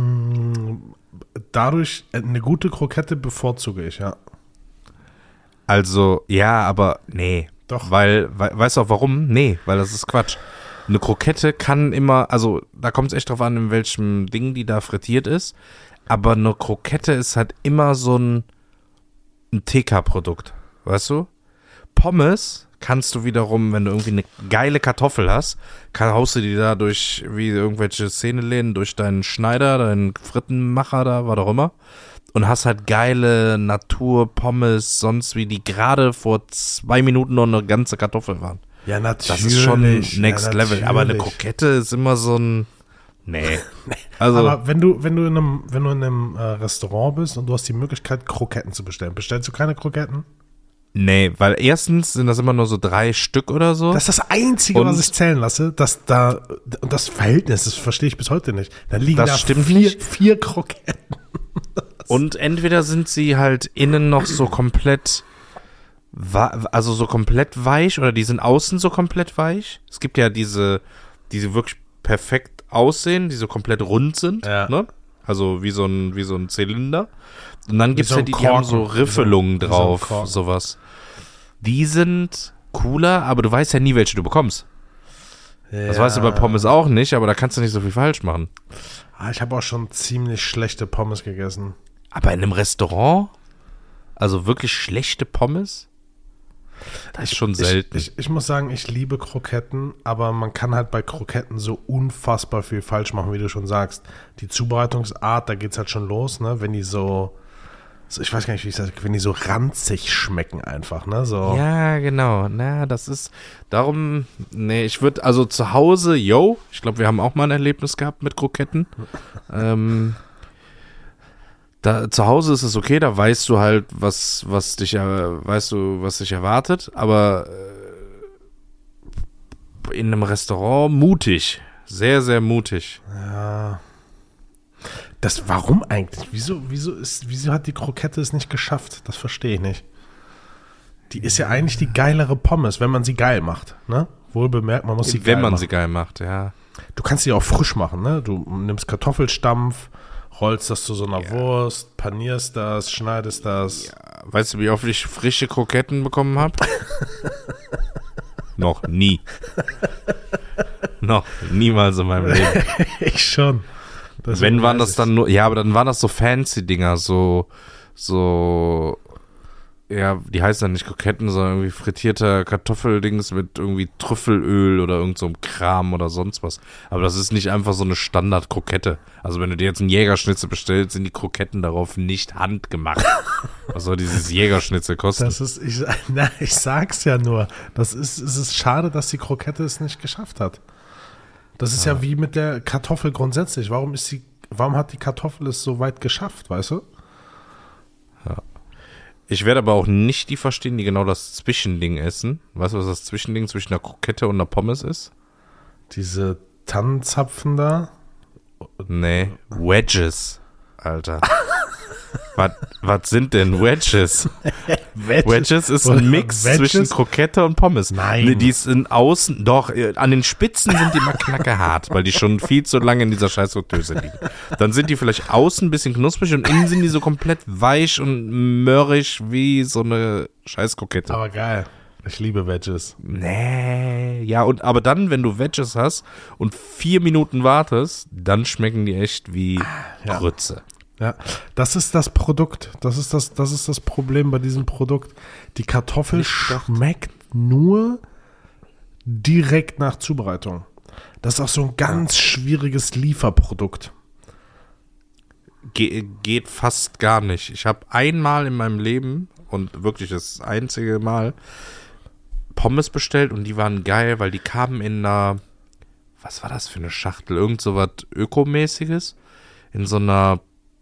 Dadurch, eine gute Krokette bevorzuge ich, ja. Also, ja, aber nee. Doch. Weil weißt du auch warum? Nee, weil das ist Quatsch. Eine Krokette kann immer, also da kommt es echt drauf an, in welchem Ding die da frittiert ist. Aber eine Krokette ist halt immer so ein TK-Produkt, weißt du? Pommes kannst du wiederum, wenn du irgendwie eine geile Kartoffel hast, haust du die da durch wie irgendwelche Szeneläden, durch deinen Schneider, deinen Frittenmacher da, was auch immer. Und hast halt geile Natur-Pommes, sonst wie die gerade vor 2 Minuten noch eine ganze Kartoffel waren. Ja, natürlich. Das ist schon Next Level. Aber eine Krokette ist immer so ein... Nee. Also, aber wenn du in einem Restaurant bist und du hast die Möglichkeit, Kroketten zu bestellen, bestellst du keine Kroketten? Nee, weil erstens sind das immer nur so 3 Stück oder so. Das ist das Einzige, was ich zählen lasse, dass da, und das Verhältnis, das verstehe ich bis heute nicht. Da liegen das da stimmt 4 Kroketten. Und entweder sind sie halt innen noch so komplett, also so komplett weich, oder die sind außen so komplett weich. Es gibt ja diese wirklich perfekt aussehen, die so komplett rund sind, ne? Also wie so ein Zylinder. Und dann gibt es ja die haben so Riffelungen drauf, sowas. Die sind cooler, aber du weißt ja nie, welche du bekommst. Ja. Das weißt du bei Pommes auch nicht, aber da kannst du nicht so viel falsch machen. Ich habe auch schon ziemlich schlechte Pommes gegessen. Aber in einem Restaurant? Also wirklich schlechte Pommes? Das ist schon selten. Ich muss sagen, ich liebe Kroketten, aber man kann halt bei Kroketten so unfassbar viel falsch machen, wie du schon sagst. Die Zubereitungsart, da geht's halt schon los, ne? Wenn die so ich weiß gar nicht, wie ich das, wenn die so ranzig schmecken einfach, ne? So. Ja, genau. Na, das ist, darum, nee, ich würde, also zu Hause, ich glaube, wir haben auch mal ein Erlebnis gehabt mit Kroketten. Zu Hause ist es okay, da weißt du halt, was dich erwartet, aber in einem Restaurant mutig, sehr, sehr mutig. Ja. Warum eigentlich? Wieso hat die Krokette es nicht geschafft? Das verstehe ich nicht. Die ist ja eigentlich die geilere Pommes, wenn man sie geil macht, ne? Wohlbemerkt, man muss sie geil machen. Wenn man sie geil macht, ja. Du kannst sie auch frisch machen, ne? Du nimmst Kartoffelstampf, rollst das zu so einer Wurst, panierst das, schneidest das. Ja. Weißt du, wie oft ich frische Kroketten bekommen habe? Noch nie. Noch niemals in meinem Leben. Ich schon. Wenn waren das dann nur, ja, aber dann waren das so fancy Dinger, so ja, die heißen dann nicht Kroketten, sondern irgendwie frittierter Kartoffeldings mit irgendwie Trüffelöl oder irgend so einem Kram oder sonst was. Aber das ist nicht einfach so eine Standard-Krokette. Also wenn du dir jetzt einen Jägerschnitzel bestellst, sind die Kroketten darauf nicht handgemacht. Was soll dieses Jägerschnitzel kosten? Ich sag's ja nur. Es ist schade, dass die Krokette es nicht geschafft hat. Das ist ja wie mit der Kartoffel grundsätzlich. Warum hat die Kartoffel es so weit geschafft, weißt du? Ja. Ich werde aber auch nicht die verstehen, die genau das Zwischending essen. Weißt du, was das Zwischending zwischen einer Krokette und einer Pommes ist? Diese Tannenzapfen da? Nee, Wedges, Alter. Was sind denn Wedges? Wedges ist ein Mix zwischen Krokette und Pommes. Nein. Nee, die sind außen, doch, an den Spitzen sind die mal knackehart, weil die schon viel zu lange in dieser scheiß Fritteuse liegen. Dann sind die vielleicht außen ein bisschen knusprig und innen sind die so komplett weich und mörrig wie so eine scheiß Krokette. Aber geil. Ich liebe Wedges. Nee, ja, aber dann, wenn du Wedges hast und 4 Minuten wartest, dann schmecken die echt wie Grütze. Ja, das ist das Produkt. Das ist das Problem bei diesem Produkt. Die Kartoffel schmeckt nur direkt nach Zubereitung. Das ist auch so ein ganz schwieriges Lieferprodukt. Geht fast gar nicht. Ich habe einmal in meinem Leben, und wirklich das einzige Mal, Pommes bestellt und die waren geil, weil die kamen in einer, was war das für eine Schachtel? Irgend so was Ökomäßiges. In so einer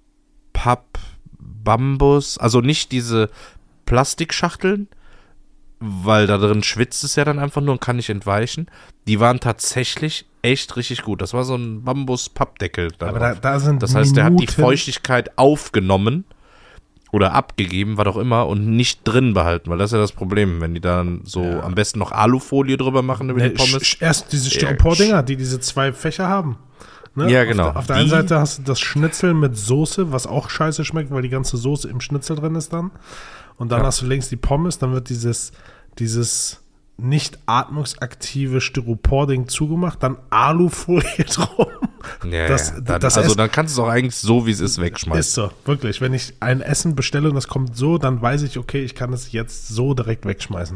Bambus, also nicht diese Plastikschachteln, weil da drin schwitzt es ja dann einfach nur und kann nicht entweichen. Die waren tatsächlich echt richtig gut. Das war so ein Bambus-Pappdeckel. Aber da sind das heißt, der hat die Feuchtigkeit aufgenommen oder abgegeben, was auch immer, und nicht drin behalten, weil das ist ja das Problem, wenn die dann so am besten noch Alufolie drüber machen über die Pommes. Erst diese Styropor-Dinger, die diese 2 Fächer haben. Ne? Ja, genau. Auf der einen Seite hast du das Schnitzel mit Soße, was auch scheiße schmeckt, weil die ganze Soße im Schnitzel drin ist dann. Und dann hast du links die Pommes, dann wird dieses nicht atmungsaktive Styropor-Ding zugemacht, dann Alufolie drum. Ja, dann kannst du es auch eigentlich so, wie es ist, wegschmeißen. Ist so, wirklich. Wenn ich ein Essen bestelle und das kommt so, dann weiß ich, okay, ich kann es jetzt so direkt wegschmeißen.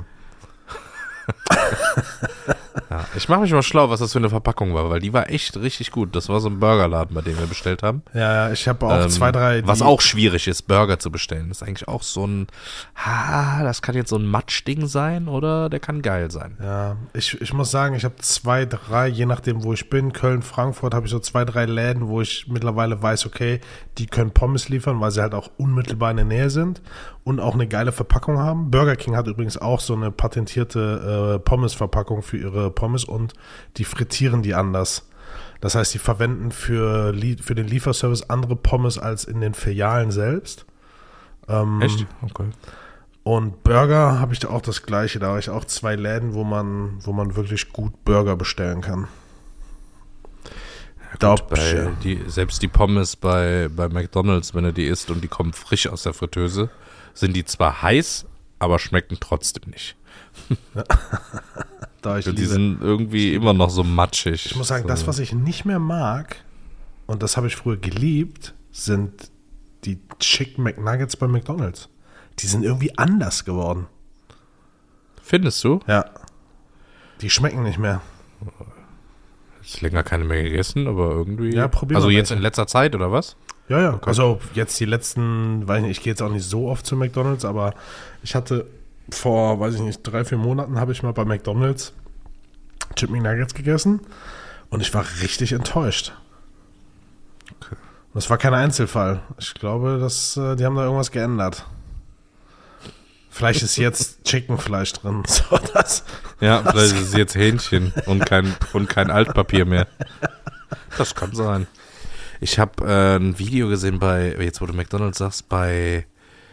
Ja, ich mache mich mal schlau, was das für eine Verpackung war, weil die war echt richtig gut. Das war so ein Burgerladen, bei dem wir bestellt haben. Ja, ich habe auch 2, 3. Was auch schwierig ist, Burger zu bestellen. Das ist eigentlich auch so ein, das kann jetzt so ein Matschding sein oder der kann geil sein. Ja, ich muss sagen, ich habe 2, 3, je nachdem, wo ich bin, Köln, Frankfurt, habe ich so 2, 3 Läden, wo ich mittlerweile weiß, okay, die können Pommes liefern, weil sie halt auch unmittelbar in der Nähe sind und auch eine geile Verpackung haben. Burger King hat übrigens auch so eine patentierte Pommes-Verpackung für ihre Pommes und die frittieren die anders. Das heißt, die verwenden für den Lieferservice andere Pommes als in den Filialen selbst. Echt? Okay. Und Burger habe ich da auch das Gleiche. Da habe ich auch 2 Läden, wo man wirklich gut Burger bestellen kann. Ja, gut, selbst die Pommes bei McDonald's, wenn du die isst und die kommen frisch aus der Fritteuse, sind die zwar heiß, aber schmecken trotzdem nicht. Die sind irgendwie immer noch so matschig. Ich muss sagen, das, was ich nicht mehr mag, und das habe ich früher geliebt, sind die Chicken McNuggets bei McDonald's. Die sind irgendwie anders geworden. Findest du? Ja. Die schmecken nicht mehr. Ist länger keine mehr gegessen, aber irgendwie. Ja, probier Also mal jetzt welche. in letzter Zeit, oder was? Ja. Okay. Also jetzt die letzten, weiß nicht, ich gehe jetzt auch nicht so oft zu McDonald's, aber ich hatte vor, 3, 4 Monaten habe ich mal bei McDonald's Chicken McNuggets gegessen und ich war richtig enttäuscht. Okay. Das war kein Einzelfall. Ich glaube, die haben da irgendwas geändert. Vielleicht ist jetzt Chickenfleisch drin. So, vielleicht ist es jetzt Hähnchen und kein Altpapier mehr. Das kann sein. Ich habe ein Video gesehen jetzt wo du McDonald's sagst, bei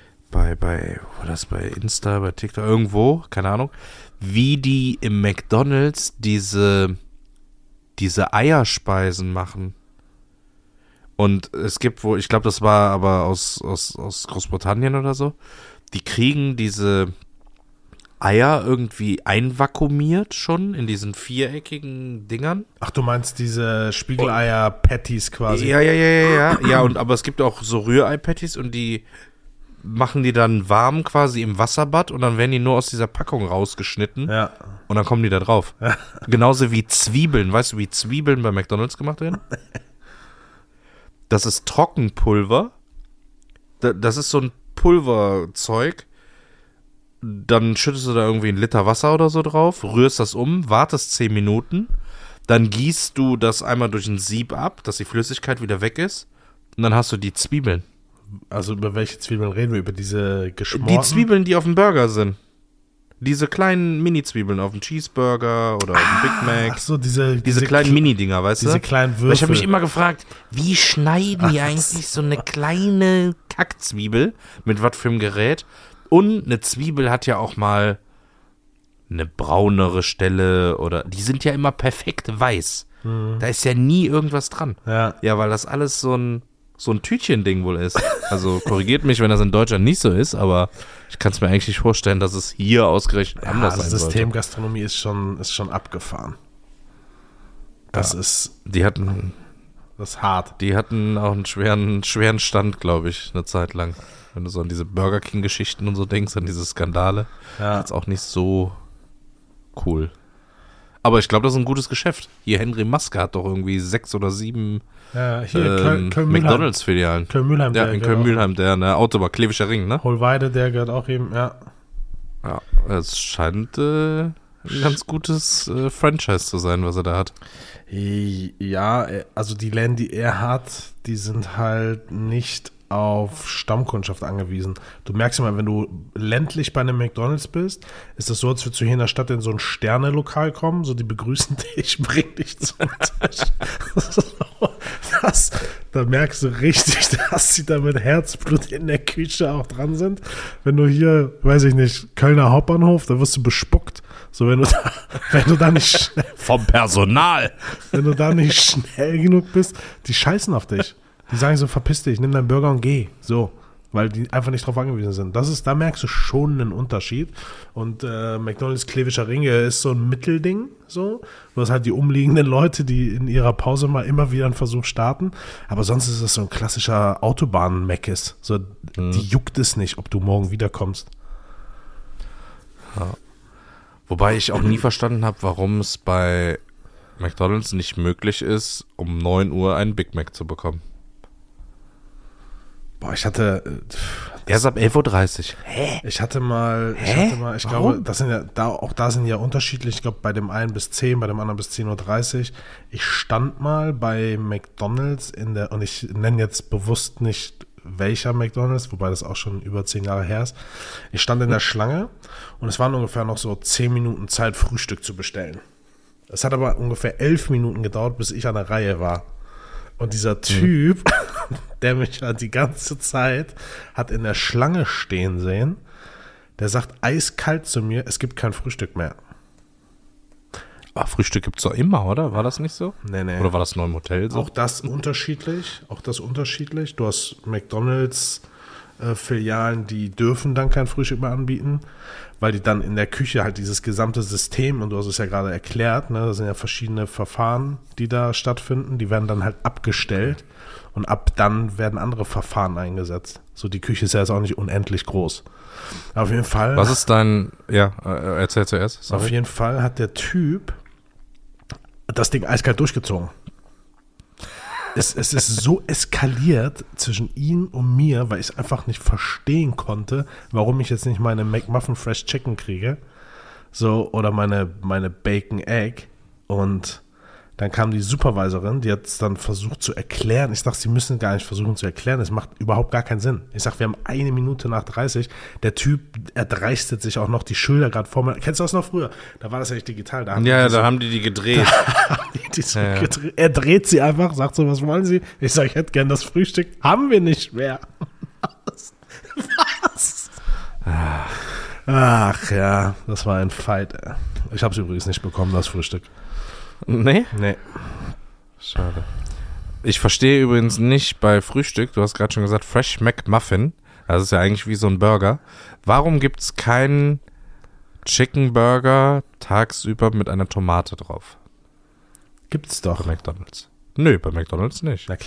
Insta, bei TikTok, irgendwo, keine Ahnung, wie die im McDonald's diese Eierspeisen machen. Und es gibt ich glaube, das war aber aus Großbritannien oder so, die kriegen diese Eier irgendwie einvakuumiert schon in diesen viereckigen Dingern. Ach, du meinst diese Spiegeleier-Patties quasi? Ja, aber es gibt auch so Rührei-Patties und die machen die dann warm quasi im Wasserbad und dann werden die nur aus dieser Packung rausgeschnitten und dann kommen die da drauf. Ja. Genauso wie Zwiebeln. Weißt du, wie Zwiebeln bei McDonald's gemacht werden? Das ist Trockenpulver. Das ist so ein Pulverzeug. Dann schüttest du da irgendwie 1 Liter Wasser oder so drauf, rührst das wartest 10 Minuten, dann gießt du das einmal durch ein Sieb ab, dass die Flüssigkeit wieder weg ist und dann hast du die Zwiebeln. Also über welche Zwiebeln reden wir? Über diese geschmorten? Die Zwiebeln, die auf dem Burger sind. Diese kleinen Mini-Zwiebeln auf dem Cheeseburger oder auf dem Big Mac. Ach so, diese kleinen Mini-Dinger, weißt du? Diese kleinen Würfel. Weil ich habe mich immer gefragt, wie schneiden die eigentlich so eine kleine Kackzwiebel mit was für einem Gerät? Und eine Zwiebel hat ja auch mal eine braunere Stelle oder die sind ja immer perfekt weiß. Mhm. Da ist ja nie irgendwas dran. Ja, weil das alles so ein Tütchen-Ding wohl ist. Also korrigiert mich, wenn das in Deutschland nicht so ist, aber ich kann es mir eigentlich nicht vorstellen, dass es hier ausgerechnet anders sein sollte. Das System Gastronomie ist schon abgefahren. Das ist hart. Die hatten auch einen schweren Stand, glaube ich, eine Zeit lang. Wenn du so an diese Burger King-Geschichten und so denkst, an diese Skandale, ist auch nicht so cool. Aber ich glaube, das ist ein gutes Geschäft. Hier, Henry Maske hat doch irgendwie 6 oder 7 McDonalds-Filialen. Köln-Mühlheim. Ja, in Köln-Mühlheim, der Autobahn, Klevischer Ring, ne? Holweide, der gehört auch eben, Ja, es scheint ein ganz gutes Franchise zu sein, was er da hat. Ja, also die Läden, die er hat, die sind halt nicht auf Stammkundschaft angewiesen. Du merkst immer, wenn du ländlich bei einem McDonald's bist, ist das so, als würdest du hier in der Stadt in so ein Sterne-Lokal kommen, so die begrüßen dich, bringen dich zum Tisch. Da merkst du richtig, dass sie da mit Herzblut in der Küche auch dran sind. Wenn du hier, weiß ich nicht, Kölner Hauptbahnhof, da wirst du bespuckt. So, wenn du da nicht schnell, vom Personal, wenn du da nicht schnell genug bist, die scheißen auf dich. Die sagen so, verpiss dich, nimm deinen Burger und geh. So, weil die einfach nicht drauf angewiesen sind. Da merkst du schon einen Unterschied. Und McDonald's Klevischer Ring ist so ein Mittelding. So. Du hast halt die umliegenden Leute, die in ihrer Pause mal immer wieder einen Versuch starten. Aber sonst ist es so ein klassischer Autobahn-Meckes. So, die juckt es nicht, ob du morgen wiederkommst. Ja. Wobei ich auch nie verstanden habe, warum es bei McDonald's nicht möglich ist, um 9 Uhr einen Big Mac zu bekommen. Boah, ich hatte... Erst ab 11.30 Uhr. Hä? Ich glaube, das sind ja, da sind ja unterschiedlich. Ich glaube, bei dem einen bis 10, bei dem anderen bis 10.30 Uhr. Ich stand mal bei McDonald's und ich nenne jetzt bewusst nicht welcher McDonald's, wobei das auch schon über 10 Jahre her ist. Ich stand in der Schlange und es waren ungefähr noch so 10 Minuten Zeit, Frühstück zu bestellen. Es hat aber ungefähr 11 Minuten gedauert, bis ich an der Reihe war. Und dieser Typ, der mich halt die ganze Zeit hat in der Schlange stehen sehen, der sagt eiskalt zu mir, es gibt kein Frühstück mehr. Aber Frühstück gibt es doch immer, oder? War das nicht so? Nee. Oder war das nur im Hotel so? Auch das unterschiedlich. Du hast McDonald's-Filialen, die dürfen dann kein Frühstück mehr anbieten, weil die dann in der Küche halt dieses gesamte System, und du hast es ja gerade erklärt, ne, das sind ja verschiedene Verfahren, die da stattfinden, die werden dann halt abgestellt und ab dann werden andere Verfahren eingesetzt. So, die Küche ist ja jetzt auch nicht unendlich groß. Auf jeden Fall. Was ist erzähl zuerst. Sorry. Auf jeden Fall hat der Typ das Ding eiskalt durchgezogen. Es ist so eskaliert zwischen ihm und mir, weil ich es einfach nicht verstehen konnte, warum ich jetzt nicht meine McMuffin Fresh Chicken kriege. So, oder meine Bacon Egg. Und dann kam die Supervisorin, die hat es dann versucht zu erklären. Ich dachte, sie müssen gar nicht versuchen zu erklären. Es macht überhaupt gar keinen Sinn. Ich sag, wir haben 1 Minute nach 30. Der Typ erdreistet sich auch noch die Schilder gerade vor mir. Kennst du das noch früher? Da war das ja nicht digital. Da haben die gedreht. Gedreht. Er dreht sie einfach, sagt so, was wollen Sie? Ich sage, ich hätte gern das Frühstück. Haben wir nicht mehr. Was? Ach ja, das war ein Fight. Ich habe es übrigens nicht bekommen, das Frühstück. Nee? Nee. Schade. Ich verstehe übrigens nicht bei Frühstück, du hast gerade schon gesagt, Fresh McMuffin, das ist ja eigentlich wie so ein Burger. Warum gibt es keinen Chicken Burger tagsüber mit einer Tomate drauf? Gibt's doch. Bei McDonald's. Nö, bei McDonald's nicht. Na klar.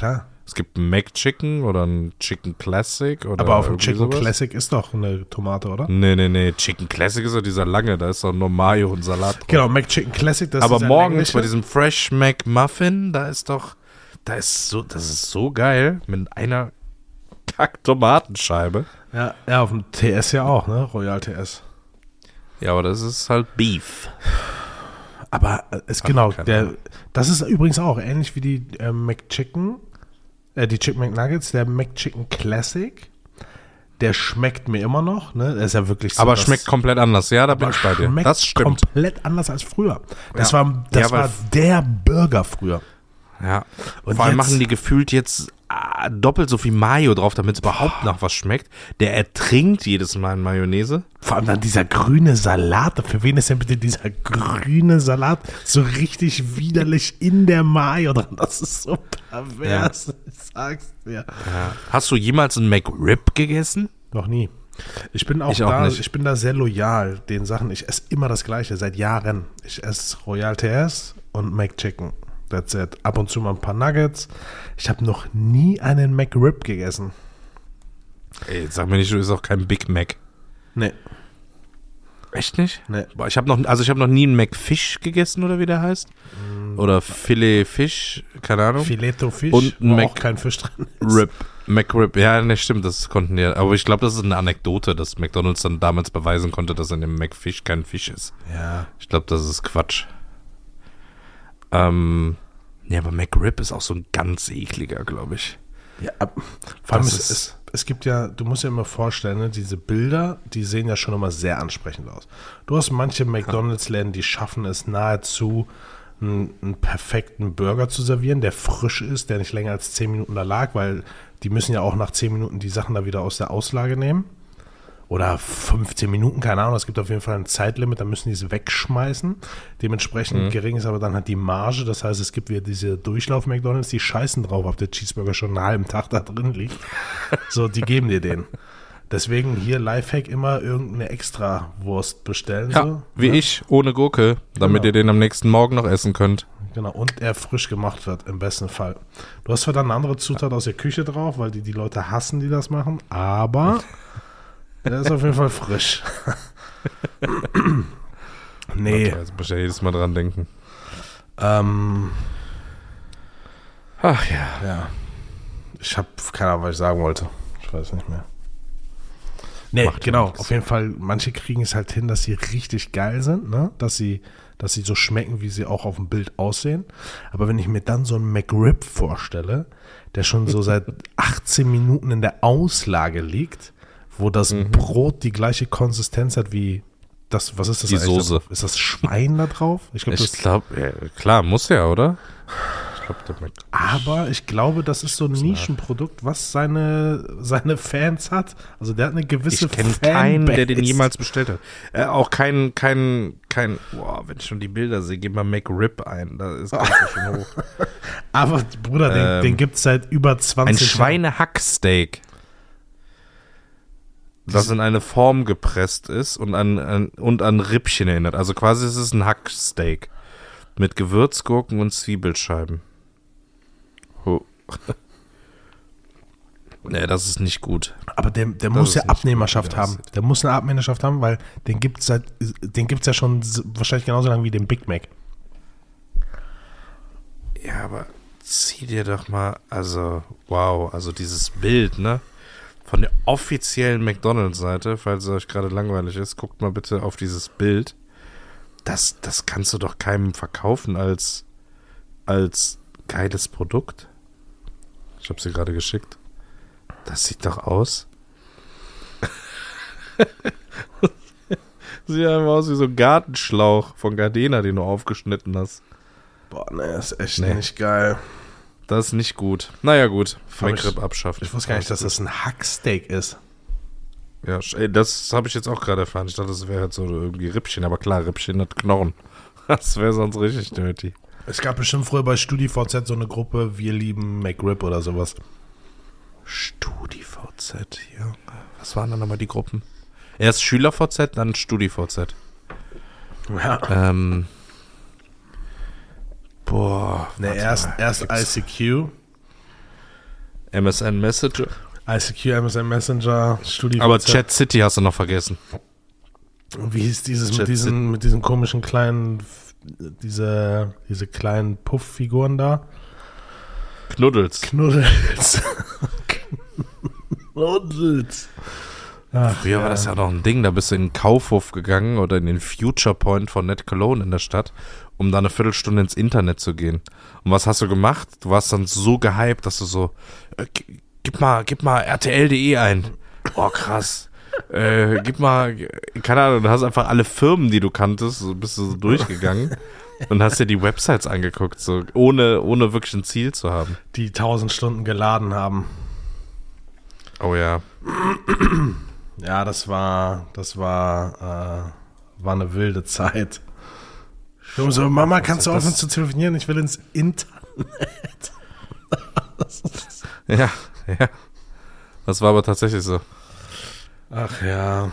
Es gibt ein McChicken oder ein Chicken Classic oder Aber auf dem Chicken sowas. Classic ist doch eine Tomate, oder? Nee. Chicken Classic ist doch dieser lange, da ist doch nur Mayo und Salat drauf. Genau, McChicken Classic, das Aber ist morgens bei diesem Fresh McMuffin, das ist so geil mit einer Kack-Tomatenscheibe. Ja, auf dem TS ja auch, ne? Royal TS. Ja, aber das ist halt Beef. Aber das ist übrigens auch ähnlich wie die McChicken, die Chicken McNuggets, der McChicken Classic, der schmeckt mir immer noch, ne? Der ist ja wirklich so. Aber schmeckt komplett anders, ja, da bin ich bei dir. Das stimmt. Komplett anders als früher. Das war der Burger früher. Ja. Und vor allem jetzt machen die gefühlt jetzt doppelt so viel Mayo drauf, damit es überhaupt nach was schmeckt. Der ertrinkt jedes Mal in Mayonnaise. Vor allem dann dieser grüne Salat. Für wen ist denn bitte dieser grüne Salat so richtig widerlich in der Mayo drin? Das ist so pervers. Ich sag's dir. Ja. Hast du jemals einen McRib gegessen? Noch nie. Ich bin ich bin da sehr loyal den Sachen. Ich esse immer das Gleiche, seit Jahren. Ich esse Royal TS und McChicken. That's it. Ab und zu mal ein paar Nuggets. Ich habe noch nie einen McRib gegessen. Ey, jetzt sag mir nicht, du isst auch kein Big Mac. Nee. Echt nicht? Nee. Boah, ich habe noch nie einen McFish gegessen, oder wie der heißt. Oder Filet Fish, keine Ahnung. Filetto Fish, und wo auch kein Fisch drin ist. McRib, ja, ne, stimmt, das konnten die. Aber ich glaube, das ist eine Anekdote, dass McDonald's dann damals beweisen konnte, dass in dem McFish kein Fisch ist. Ja. Ich glaube, das ist Quatsch. Ja, aber McRib ist auch so ein ganz ekliger, glaube ich. Ja, vor allem es gibt ja, du musst dir immer vorstellen, ne, diese Bilder, die sehen ja schon immer sehr ansprechend aus. Du hast manche McDonalds-Läden, die schaffen es nahezu, einen perfekten Burger zu servieren, der frisch ist, der nicht länger als 10 Minuten da lag, weil die müssen ja auch nach 10 Minuten die Sachen da wieder aus der Auslage nehmen. Oder 15 Minuten, keine Ahnung, es gibt auf jeden Fall ein Zeitlimit, da müssen die es wegschmeißen. Dementsprechend gering ist aber dann halt die Marge, das heißt, es gibt wieder diese Durchlauf-McDonalds, die scheißen drauf, ob der Cheeseburger schon einen halben Tag da drin liegt. So, die geben dir den. Deswegen hier Lifehack immer irgendeine Extra-Wurst bestellen. Ja, so, wie ich, ohne Gurke, damit ihr den am nächsten Morgen noch essen könnt. Genau, und er frisch gemacht wird, im besten Fall. Du hast zwar dann eine andere Zutat aus der Küche drauf, weil die Leute hassen, die das machen, aber der ist auf jeden Fall frisch. Nee. Warte, jetzt muss ich ja jedes Mal dran denken. Ach ja. Ich habe keine Ahnung, was ich sagen wollte. Ich weiß nicht mehr. Nee, genau. Auf jeden Fall, manche kriegen es halt hin, dass sie richtig geil sind, ne? Dass sie so schmecken, wie sie auch auf dem Bild aussehen. Aber wenn ich mir dann so einen McRib vorstelle, der schon so seit 18 Minuten in der Auslage liegt, wo das Brot die gleiche Konsistenz hat wie das, was ist das die eigentlich? Soße. Ist das Schwein da drauf? Ich glaube, ja, klar, muss ja, oder? Aber ich glaube, das ist so ein Nischenprodukt, was seine Fans hat. Also der hat eine gewisse Fanbase. Ich kenne keinen, der den jemals bestellt hat. Auch kein, boah, wenn ich schon die Bilder sehe, gib mal McRib ein. Da ist ganz schön hoch. Aber Bruder, den gibt es seit über 20 Jahren. Ein Schweinehacksteak, das in eine Form gepresst ist und an Rippchen erinnert. Also quasi ist es ein Hacksteak mit Gewürzgurken und Zwiebelscheiben. Oh. Nee, das ist nicht gut. Aber der muss ja Abnehmerschaft haben. Der muss eine Abnehmerschaft haben, weil den gibt's ja schon wahrscheinlich genauso lange wie den Big Mac. Ja, aber zieh dir doch mal, also dieses Bild, ne? Von der offiziellen McDonald's-Seite, falls es euch gerade langweilig ist, guckt mal bitte auf dieses Bild. Das kannst du doch keinem verkaufen als geiles Produkt. Ich habe sie gerade geschickt. Das sieht doch aus. Sieht einfach aus wie so ein Gartenschlauch von Gardena, den du aufgeschnitten hast. Boah, ne, ist echt nicht geil. Das ist nicht gut. Naja, gut. McRib abschaffen. Ich wusste gar nicht, dass das ein Hacksteak ist. Ja, das habe ich jetzt auch gerade erfahren. Ich dachte, das wäre halt so irgendwie Rippchen. Aber klar, Rippchen hat Knochen. Das wäre sonst richtig dirty. Es gab bestimmt früher bei StudiVZ so eine Gruppe, wir lieben McRib oder sowas. StudiVZ, ja. Was waren dann nochmal die Gruppen? Erst SchülerVZ, dann StudiVZ. Ja. Boah. Ne, erst ICQ. MSN Messenger. ICQ, MSN Messenger, StudiVZ. Aber Chat City hast du noch vergessen. Und wie hieß dieses mit diesen komischen kleinen, diese kleinen Puffiguren da? Knuddels. Ach, Früher war das ja noch ein Ding, da bist du in den Kaufhof gegangen oder in den Future Point von Net Cologne in der Stadt, um da eine Viertelstunde ins Internet zu gehen. Und was hast du gemacht? Du warst dann so gehypt, dass du so, gib mal RTL.de ein. Oh, krass. Gib mal, keine Ahnung, du hast einfach alle Firmen, die du kanntest, so bist du so durchgegangen und hast dir die Websites angeguckt, so ohne wirklich ein Ziel zu haben. Die 1000 Stunden geladen haben. Oh ja. Ja, das war eine wilde Zeit. So, Mama, kannst du aufhören zu telefonieren? Ich will ins Internet. Ja. Das war aber tatsächlich so. Ach ja.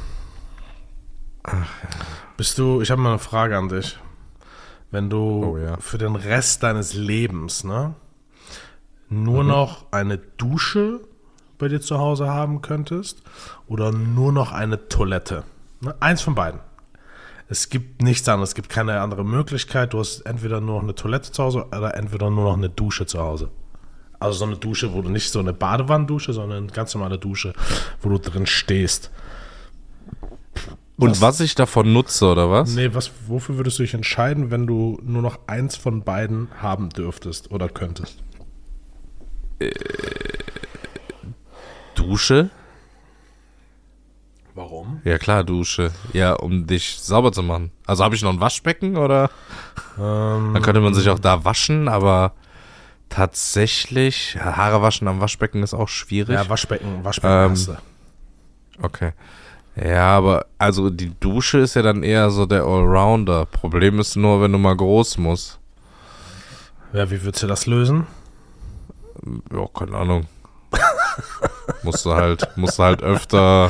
Ich habe mal eine Frage an dich. Wenn du für den Rest deines Lebens, nur noch eine Dusche bei dir zu Hause haben könntest oder nur noch eine Toilette. Eins von beiden. Es gibt nichts anderes, es gibt keine andere Möglichkeit. Du hast entweder nur noch eine Toilette zu Hause oder entweder nur noch eine Dusche zu Hause. Also so eine Dusche, wo du nicht so eine Badewannendusche, sondern eine ganz normale Dusche, wo du drin stehst. Und was ich davon nutze, oder was? Nee, wofür würdest du dich entscheiden, wenn du nur noch eins von beiden haben dürftest oder könntest? Dusche? Warum? Ja klar, Dusche. Ja, um dich sauber zu machen. Also habe ich noch ein Waschbecken oder? Dann könnte man sich auch da waschen, aber tatsächlich, Haare waschen am Waschbecken ist auch schwierig. Ja, Waschbecken hast du. Okay. Ja, aber also die Dusche ist ja dann eher so der Allrounder. Problem ist nur, wenn du mal groß musst. Ja, wie würdest du das lösen? Ja, keine Ahnung. musst du halt öfter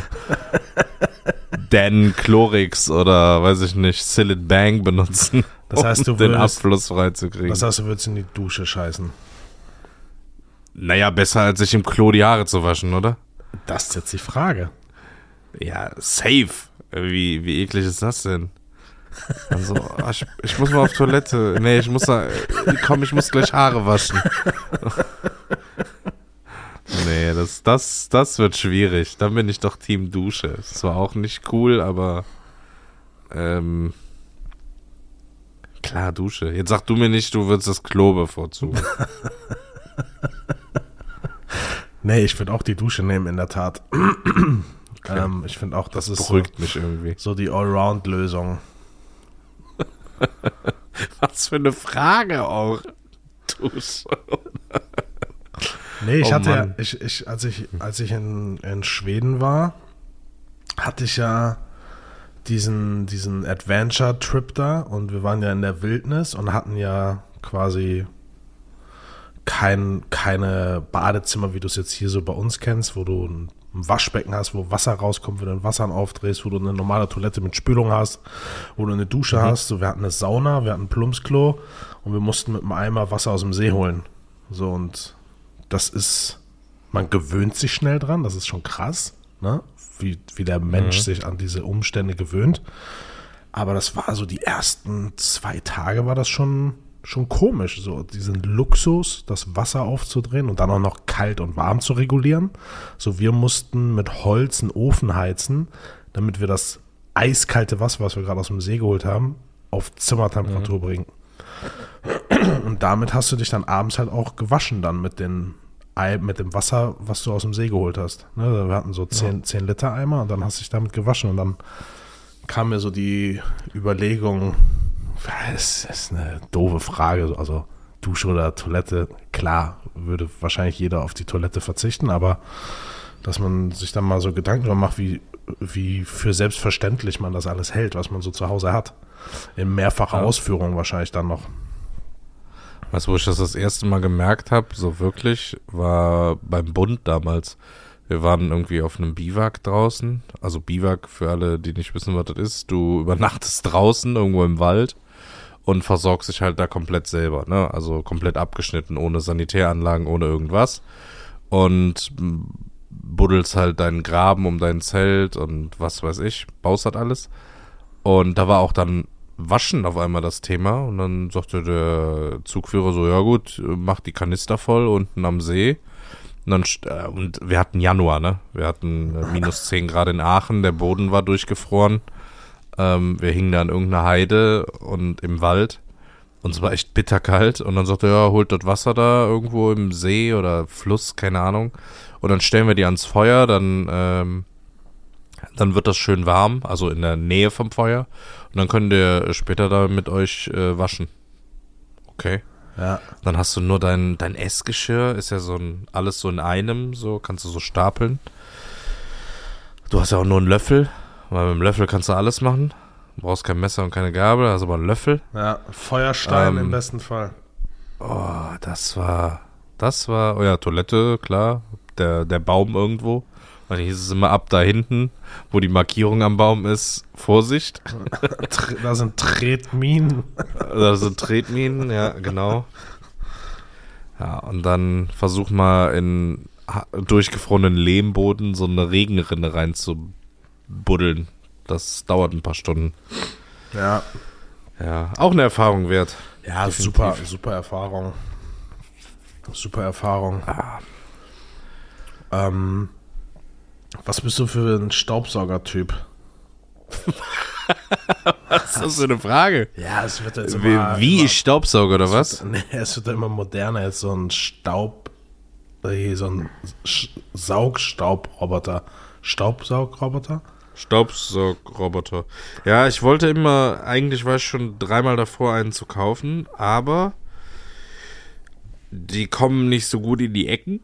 Dan Chlorix oder weiß ich nicht, Silent Bang benutzen, das heißt, um den Abfluss freizukriegen. Das heißt, du würdest in die Dusche scheißen. Naja, besser als sich im Klo die Haare zu waschen, oder? Das ist jetzt die Frage. Ja, safe. Wie eklig ist das denn? Also, ich muss mal auf Toilette. Nee, ich muss gleich Haare waschen. Nee, das wird schwierig. Dann bin ich doch Team Dusche. Ist zwar auch nicht cool, aber klar, Dusche. Jetzt sag du mir nicht, du würdest das Klo bevorzugen. Nee, ich würde auch die Dusche nehmen, in der Tat. Okay. Ich finde auch, das ist beruhigt mich irgendwie. So die Allround-Lösung. Was für eine Frage auch. Dusche. Nee, als ich in Schweden war, hatte ich ja diesen Adventure-Trip da und wir waren ja in der Wildnis und hatten ja quasi keine Badezimmer, wie du es jetzt hier so bei uns kennst, wo du ein Waschbecken hast, wo Wasser rauskommt, wenn du ein Wasser aufdrehst, wo du eine normale Toilette mit Spülung hast, wo du eine Dusche hast. So, wir hatten eine Sauna, wir hatten ein Plumpsklo und wir mussten mit einem Eimer Wasser aus dem See holen. So, und das ist, man gewöhnt sich schnell dran, das ist schon krass, ne? Wie der Mensch sich an diese Umstände gewöhnt. Aber das war so, die ersten 2 Tage war das schon komisch, so diesen Luxus, das Wasser aufzudrehen und dann auch noch kalt und warm zu regulieren. So, wir mussten mit Holz einen Ofen heizen, damit wir das eiskalte Wasser, was wir gerade aus dem See geholt haben, auf Zimmertemperatur bringen. Und damit hast du dich dann abends halt auch gewaschen dann mit dem Wasser, was du aus dem See geholt hast. Ne, wir hatten so 10 Liter Eimer und dann hast du dich damit gewaschen und dann kam mir so die Überlegung, es ist eine doofe Frage, also Dusche oder Toilette, klar, würde wahrscheinlich jeder auf die Toilette verzichten, aber dass man sich dann mal so Gedanken darüber macht, wie für selbstverständlich man das alles hält, was man so zu Hause hat. In mehrfacher Ausführung wahrscheinlich dann noch. Weißt du, wo ich das erste Mal gemerkt habe, so wirklich, war beim Bund damals. Wir waren irgendwie auf einem Biwak draußen. Also Biwak, für alle, die nicht wissen, was das ist, du übernachtest draußen, irgendwo im Wald und versorgst dich halt da komplett selber, ne? Also komplett abgeschnitten, ohne Sanitäranlagen, ohne irgendwas. und buddelst halt deinen Graben um dein Zelt und was weiß ich, baust halt alles. Und da war auch dann Waschen auf einmal das Thema und dann sagte der Zugführer so, ja gut, mach die Kanister voll unten am See. Und wir hatten Januar, ne? Wir hatten minus 10 Grad in Aachen, der Boden war durchgefroren. Wir hingen da an irgendeiner Heide und im Wald und es war echt bitterkalt und dann sagte er, ja, holt das Wasser da irgendwo im See oder Fluss, keine Ahnung. Und dann stellen wir die ans Feuer, dann wird das schön warm, also in der Nähe vom Feuer. Und dann könnt ihr später da mit euch waschen. Okay. Ja. Dann hast du nur dein Essgeschirr, ist ja alles so in einem, so kannst du so stapeln. Du hast ja auch nur einen Löffel, weil mit dem Löffel kannst du alles machen. Du brauchst kein Messer und keine Gabel, hast aber einen Löffel. Ja, Feuerstein im besten Fall. Oh, das war, oh ja, Toilette, klar, der Baum irgendwo. Und dann hieß es immer ab da hinten, wo die Markierung am Baum ist, Vorsicht. Da sind Tretminen. Da sind Tretminen, ja, genau. Ja, und dann versuch mal in durchgefrorenen Lehmboden so eine Regenrinne reinzubuddeln. Das dauert ein paar Stunden. Ja. Ja, auch eine Erfahrung wert. Ja, definitiv. super Erfahrung. Super Erfahrung. Was bist du für ein Staubsaugertyp? Was ist das für eine Frage? Ja, es wird jetzt immer... Wie ich Staubsauger, oder was? Es wird immer moderner. Jetzt so ein Saugstaubroboter. Staubsaugroboter? Staubsaugroboter. Ja, eigentlich war ich schon 3-mal davor, einen zu kaufen, aber die kommen nicht so gut in die Ecken.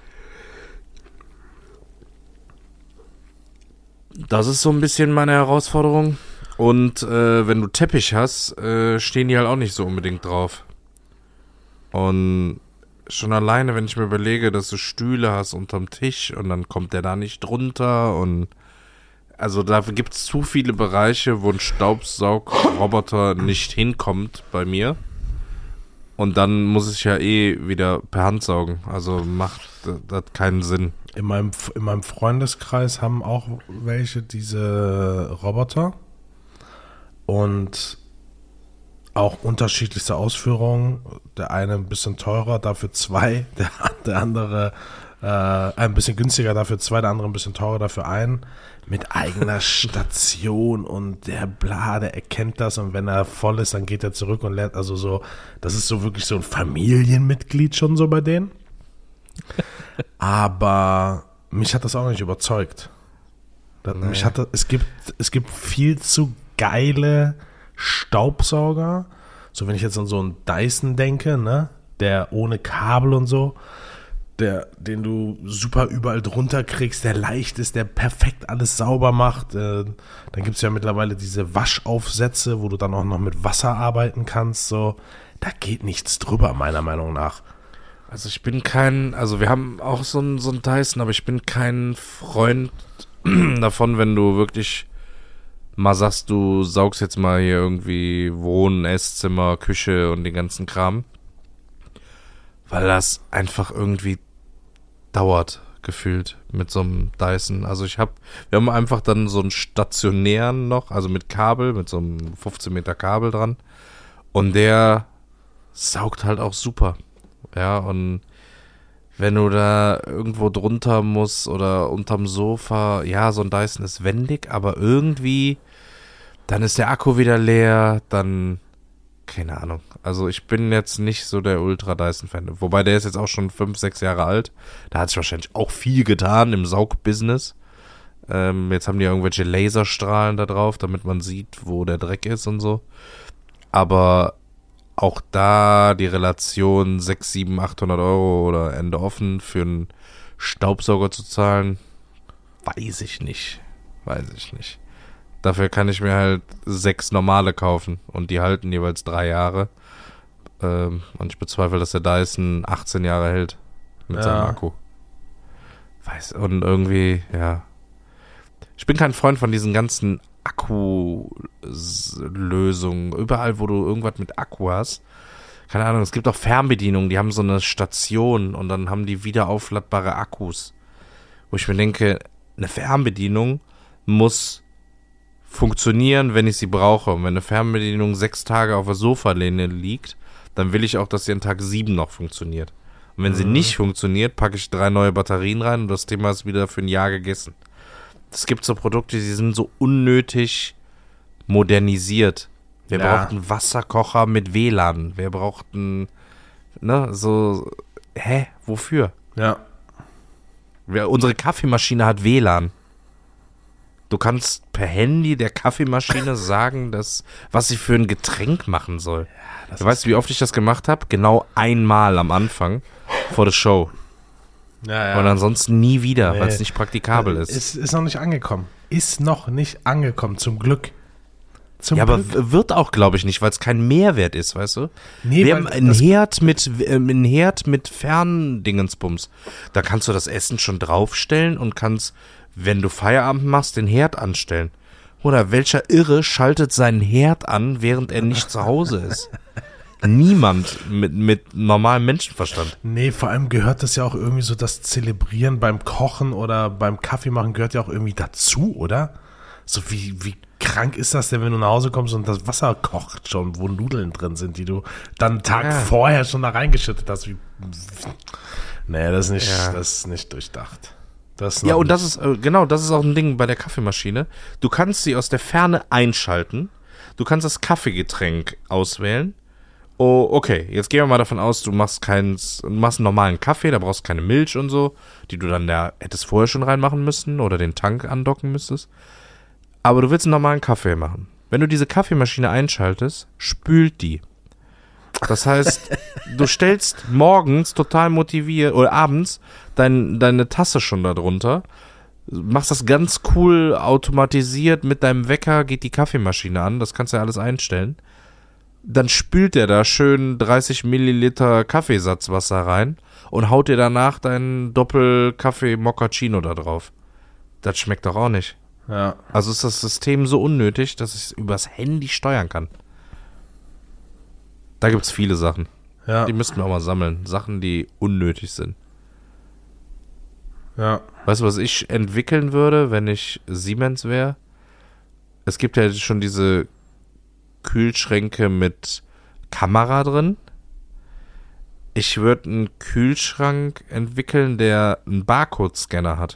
Das ist so ein bisschen meine Herausforderung. Und wenn du Teppich hast, stehen die halt auch nicht so unbedingt drauf. Und schon alleine, wenn ich mir überlege, dass du Stühle hast unterm Tisch und dann kommt der da nicht drunter und also da gibt es zu viele Bereiche, wo ein Staubsaugroboter nicht hinkommt bei mir. Und dann muss ich ja wieder per Hand saugen. Also macht das keinen Sinn. In meinem Freundeskreis haben auch welche diese Roboter und auch unterschiedlichste Ausführungen. Der eine ein bisschen teurer, dafür 2. Der andere ein bisschen günstiger, dafür 2. Der andere ein bisschen teurer, dafür 1. Mit eigener Station und der erkennt das und wenn er voll ist, dann geht er zurück und lädt, also so, das ist so wirklich so ein Familienmitglied schon so bei denen. Aber mich hat das auch nicht überzeugt. Es gibt viel zu geile Staubsauger. So, wenn ich jetzt an so einen Dyson denke, ne, der ohne Kabel und so, den du super überall drunter kriegst, der leicht ist, der perfekt alles sauber macht. Dann gibt es ja mittlerweile diese Waschaufsätze, wo du dann auch noch mit Wasser arbeiten kannst. So, da geht nichts drüber, meiner Meinung nach. Also wir haben auch so einen Dyson, aber ich bin kein Freund davon, wenn du wirklich mal sagst, du saugst jetzt mal hier irgendwie Wohnen, Esszimmer, Küche und den ganzen Kram. Weil das einfach irgendwie dauert, gefühlt, mit so einem Dyson. Also wir haben einfach dann so einen stationären noch, also mit Kabel, mit so einem 15 Meter Kabel dran. Und der saugt halt auch super. Ja, und wenn du da irgendwo drunter musst oder unterm Sofa, ja, so ein Dyson ist wendig, aber irgendwie, dann ist der Akku wieder leer, dann, keine Ahnung. Also ich bin jetzt nicht so der Ultra-Dyson-Fan. Wobei der ist jetzt auch schon 5, 6 Jahre alt. Da hat sich wahrscheinlich auch viel getan im Saugbusiness. Jetzt haben die irgendwelche Laserstrahlen da drauf, damit man sieht, wo der Dreck ist und so. Aber auch da die Relation 600, 700, 800 Euro oder Ende offen für einen Staubsauger zu zahlen, weiß ich nicht. Dafür kann ich mir halt 6 normale kaufen und die halten jeweils 3 Jahre. Und ich bezweifle, dass der Dyson 18 Jahre hält mit seinem Akku. Und irgendwie, ja. Ich bin kein Freund von diesen ganzen Akkulösungen. Überall, wo du irgendwas mit Akku hast, keine Ahnung, es gibt auch Fernbedienungen, die haben so eine Station und dann haben die wieder aufladbare Akkus. Wo ich mir denke, eine Fernbedienung muss funktionieren, wenn ich sie brauche. Und wenn eine Fernbedienung 6 Tage auf der Sofalehne liegt, dann will ich auch, dass sie an Tag 7 noch funktioniert. Und wenn sie nicht funktioniert, packe ich 3 neue Batterien rein und das Thema ist wieder für ein Jahr gegessen. Es gibt so Produkte, die sind so unnötig modernisiert. Wer braucht einen Wasserkocher mit WLAN? Wer braucht einen, wofür? Ja. Unsere Kaffeemaschine hat WLAN. Du kannst per Handy der Kaffeemaschine sagen, was sie für ein Getränk machen soll. Ja, weißt du, wie oft ich das gemacht habe? Genau einmal am Anfang vor der Show. Ja. Und ansonsten nie wieder, weil es nicht praktikabel ist. Ist noch nicht angekommen. Ist noch nicht angekommen, zum Glück. Aber wird auch, glaube ich, nicht, weil es kein Mehrwert ist, weißt du? Nee, wir haben einen Herd mit Ferndingensbums. Da kannst du das Essen schon draufstellen und kannst, wenn du Feierabend machst, den Herd anstellen. Oder welcher Irre schaltet seinen Herd an, während er nicht zu Hause ist? Niemand mit normalem Menschenverstand. Nee, vor allem gehört das ja auch irgendwie so, das Zelebrieren beim Kochen oder beim Kaffee machen gehört ja auch irgendwie dazu, oder? So wie krank ist das denn, wenn du nach Hause kommst und das Wasser kocht schon, wo Nudeln drin sind, die du dann einen Tag vorher schon da reingeschüttet hast. Nee, das ist nicht durchdacht. Und das ist auch ein Ding bei der Kaffeemaschine. Du kannst sie aus der Ferne einschalten. Du kannst das Kaffeegetränk auswählen. Oh, okay, jetzt gehen wir mal davon aus, du machst einen normalen Kaffee, da brauchst du keine Milch und so, die du dann da hättest vorher schon reinmachen müssen oder den Tank andocken müsstest. Aber du willst einen normalen Kaffee machen. Wenn du diese Kaffeemaschine einschaltest, spült die. Das heißt, du stellst morgens total motiviert oder abends deine Tasse schon da drunter, machst das ganz cool automatisiert mit deinem Wecker, geht die Kaffeemaschine an, das kannst du ja alles einstellen. Dann spült der da schön 30 Milliliter Kaffeesatzwasser rein und haut dir danach deinen Doppel-Kaffee-Moccacino da drauf. Das schmeckt doch auch nicht. Ja. Also ist das System so unnötig, dass ich es übers Handy steuern kann. Da gibt es viele Sachen. Ja. Die müssten wir auch mal sammeln. Sachen, die unnötig sind. Ja. Weißt du, was ich entwickeln würde, wenn ich Siemens wäre? Es gibt ja schon diese Kühlschränke mit Kamera drin. Ich würde einen Kühlschrank entwickeln, der einen Barcode-Scanner hat.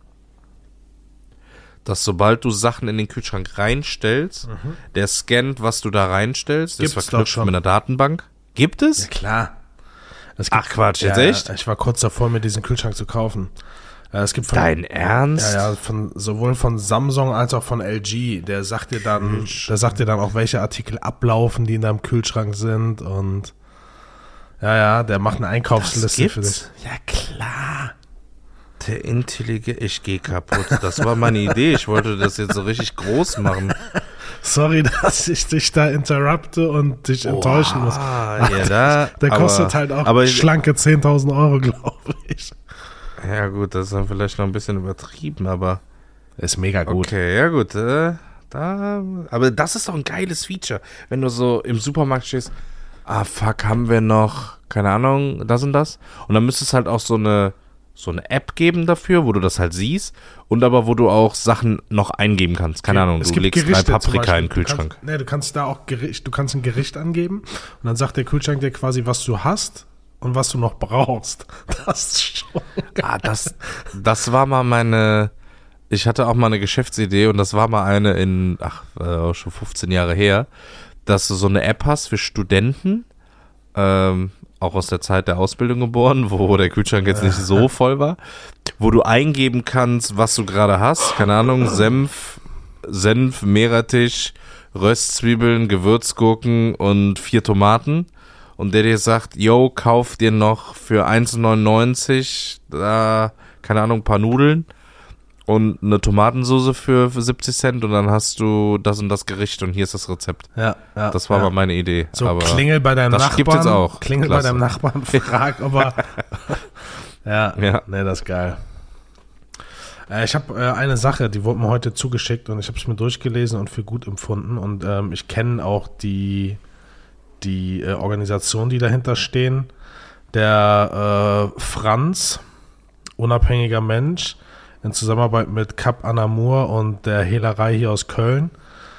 Dass sobald du Sachen in den Kühlschrank reinstellst, der scannt, was du da reinstellst, das verknüpft mit einer Datenbank. Gibt es? Ja, klar. Ach Quatsch, jetzt echt? Ich war kurz davor, mir diesen Kühlschrank zu kaufen. Es gibt Dein Ernst? Ja, sowohl von Samsung als auch von LG. Der sagt dir dann auch, welche Artikel ablaufen, die in deinem Kühlschrank sind und der macht eine Einkaufsliste für dich. Ja, klar. Der ich gehe kaputt. Das war meine Idee. Ich wollte das jetzt so richtig groß machen. Sorry, dass ich dich da interrupte und dich enttäuschen muss. Der kostet halt auch schlanke 10.000 Euro, glaube ich. Ja gut, das ist dann vielleicht noch ein bisschen übertrieben, aber ist mega gut. Okay, ja gut. Aber das ist doch ein geiles Feature, wenn du so im Supermarkt stehst, haben wir noch, keine Ahnung, das und das. Und dann müsste es halt auch so eine App geben dafür, wo du das halt siehst und aber wo du auch Sachen noch eingeben kannst. Keine Ahnung, du legst Gerichte 3 Paprika in den Kühlschrank. Du kannst da auch du kannst ein Gericht angeben und dann sagt der Kühlschrank dir quasi, was du hast und was du noch brauchst. Das ist schon geil. Das war mal ich hatte auch mal eine Geschäftsidee und das war mal eine schon 15 Jahre her, dass du so eine App hast für Studenten, auch aus der Zeit der Ausbildung geboren, wo der Kühlschrank jetzt nicht so voll war, wo du eingeben kannst, was du gerade hast. Keine Ahnung, Senf, Meerrettich, Röstzwiebeln, Gewürzgurken und 4 Tomaten. Und der dir sagt, yo, kauf dir noch für 1,99 keine Ahnung, ein paar Nudeln und eine Tomatensauce für 70 Cent und dann hast du das und das Gericht und hier ist das Rezept. Ja. Das war mal meine Idee. So, aber klingel bei deinem Nachbarn. Das gibt es auch. Klingel bei deinem Nachbarn, frag, ob er... Nee, das ist geil. Ich habe eine Sache, die wurde mir heute zugeschickt und ich habe es mir durchgelesen und für gut empfunden und ich kenne auch die die Organisationen, die dahinter stehen. Der Franz, unabhängiger Mensch, in Zusammenarbeit mit Cap Anamur und der Hehlerei hier aus Köln.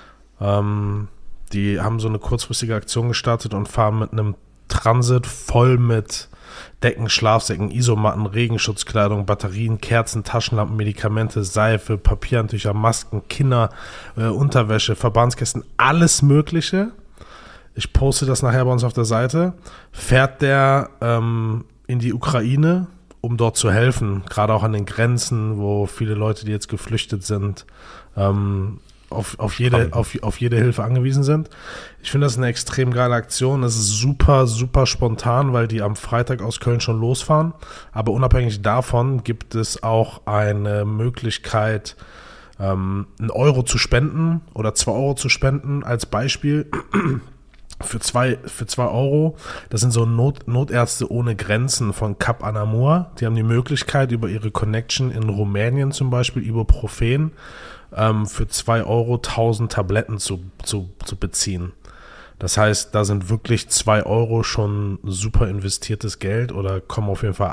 Die haben so eine kurzfristige Aktion gestartet und fahren mit einem Transit voll mit Decken, Schlafsäcken, Isomatten, Regenschutzkleidung, Batterien, Kerzen, Taschenlampen, Medikamente, Seife, Papierhandtücher, Masken, Kinder, Unterwäsche, Verbandskästen, alles Mögliche. Ich poste das nachher bei uns auf der Seite. Fährt der in die Ukraine, um dort zu helfen, gerade auch an den Grenzen, wo viele Leute, die jetzt geflüchtet sind, auf jede Hilfe angewiesen sind. Ich finde das eine extrem geile Aktion. Es ist super, super spontan, weil die am Freitag aus Köln schon losfahren. Aber unabhängig davon gibt es auch eine Möglichkeit, 1 Euro zu spenden oder 2 Euro zu spenden. Als Beispiel für 2 Euro. Das sind so Notärzte ohne Grenzen von Cap Anamur. Die haben die Möglichkeit, über ihre Connection in Rumänien zum Beispiel, Ibuprofen, für 2 Euro 1000 Tabletten zu beziehen. Das heißt, da sind wirklich 2 Euro schon super investiertes Geld oder kommen auf jeden Fall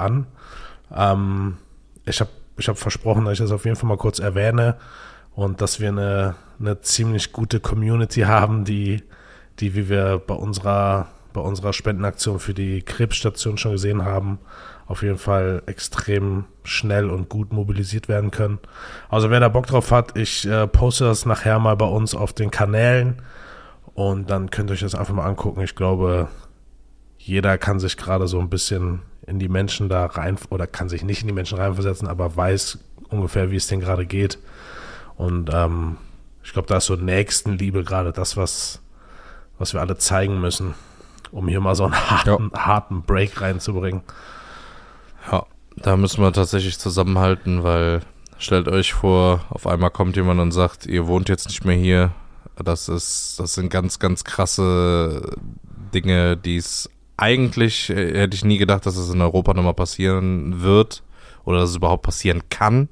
an. Ich hab versprochen, dass ich das auf jeden Fall mal kurz erwähne und dass wir eine ziemlich gute Community haben, die wie wir bei unserer Spendenaktion für die Krebsstation schon gesehen haben, auf jeden Fall extrem schnell und gut mobilisiert werden können. Also wer da Bock drauf hat, ich poste das nachher mal bei uns auf den Kanälen und dann könnt ihr euch das einfach mal angucken. Ich glaube, jeder kann sich gerade so ein bisschen in die Menschen da rein, oder kann sich nicht in die Menschen reinversetzen, aber weiß ungefähr, wie es denen gerade geht. Und ich glaube, da ist so Nächstenliebe gerade das, was wir alle zeigen müssen, um hier mal so einen harten Break reinzubringen. Ja, da müssen wir tatsächlich zusammenhalten, weil stellt euch vor, auf einmal kommt jemand und sagt, ihr wohnt jetzt nicht mehr hier. Das sind ganz, ganz krasse Dinge, die es eigentlich, hätte ich nie gedacht, dass es in Europa nochmal passieren wird oder dass es überhaupt passieren kann.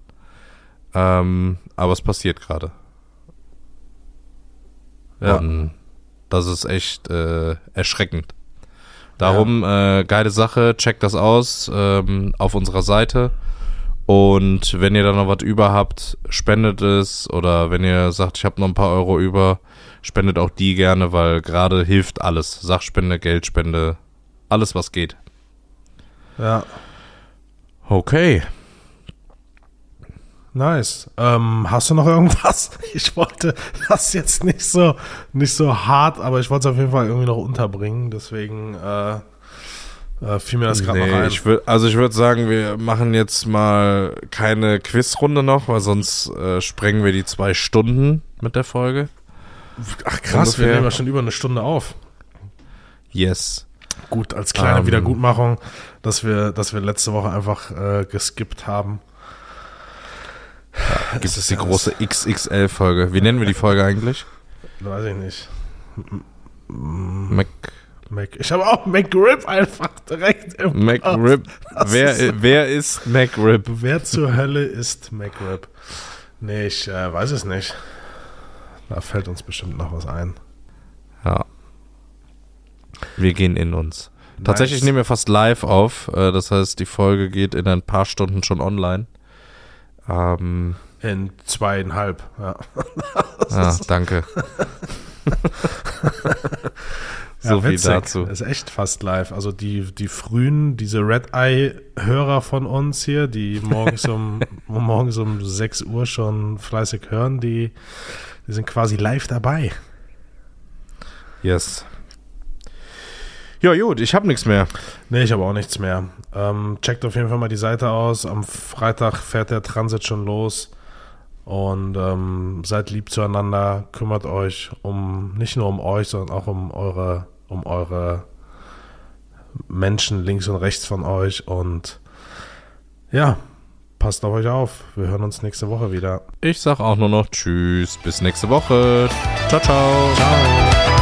Aber es passiert gerade. Ja. Und das ist echt erschreckend. Darum, geile Sache, checkt das aus auf unserer Seite. Und wenn ihr da noch was über habt, spendet es. Oder wenn ihr sagt, ich habe noch ein paar Euro über, spendet auch die gerne, weil gerade hilft alles. Sachspende, Geldspende, alles was geht. Ja. Okay. Nice. Hast du noch irgendwas? Ich wollte das jetzt nicht so hart, aber ich wollte es auf jeden Fall irgendwie noch unterbringen. Deswegen fiel mir das gerade noch ein. Ich würde sagen, wir machen jetzt mal keine Quizrunde noch, weil sonst sprengen wir die 2 Stunden mit der Folge. Ach krass, ungefähr. Wir nehmen ja schon über 1 Stunde auf. Yes. Gut, als kleine Wiedergutmachung, dass wir letzte Woche einfach geskippt haben. Ja, gibt es die große XXL-Folge. Wie nennen wir die Folge eigentlich? Weiß ich nicht. Mac. Ich habe auch McRib einfach direkt im McRib. Wer ist McRib? Wer zur Hölle ist McRib? Nee, ich weiß es nicht. Da fällt uns bestimmt noch was ein. Ja. Wir gehen in uns. Nice. Tatsächlich nehmen wir fast live auf. Das heißt, die Folge geht in ein paar Stunden schon online. In 2,5, ja. Danke. So viel dazu. Das ist echt fast live. Also die frühen, diese Red-Eye-Hörer von uns hier, die morgens um 6 Uhr schon fleißig hören, die sind quasi live dabei. Yes. Ja, gut, ich habe nichts mehr. Nee, ich habe auch nichts mehr. Checkt auf jeden Fall mal die Seite aus. Am Freitag fährt der Transit schon los. Und seid lieb zueinander. Kümmert euch nicht nur um euch, sondern auch um eure Menschen links und rechts von euch. Und ja, passt auf euch auf. Wir hören uns nächste Woche wieder. Ich sag auch nur noch Tschüss. Bis nächste Woche. Ciao, ciao. Ciao.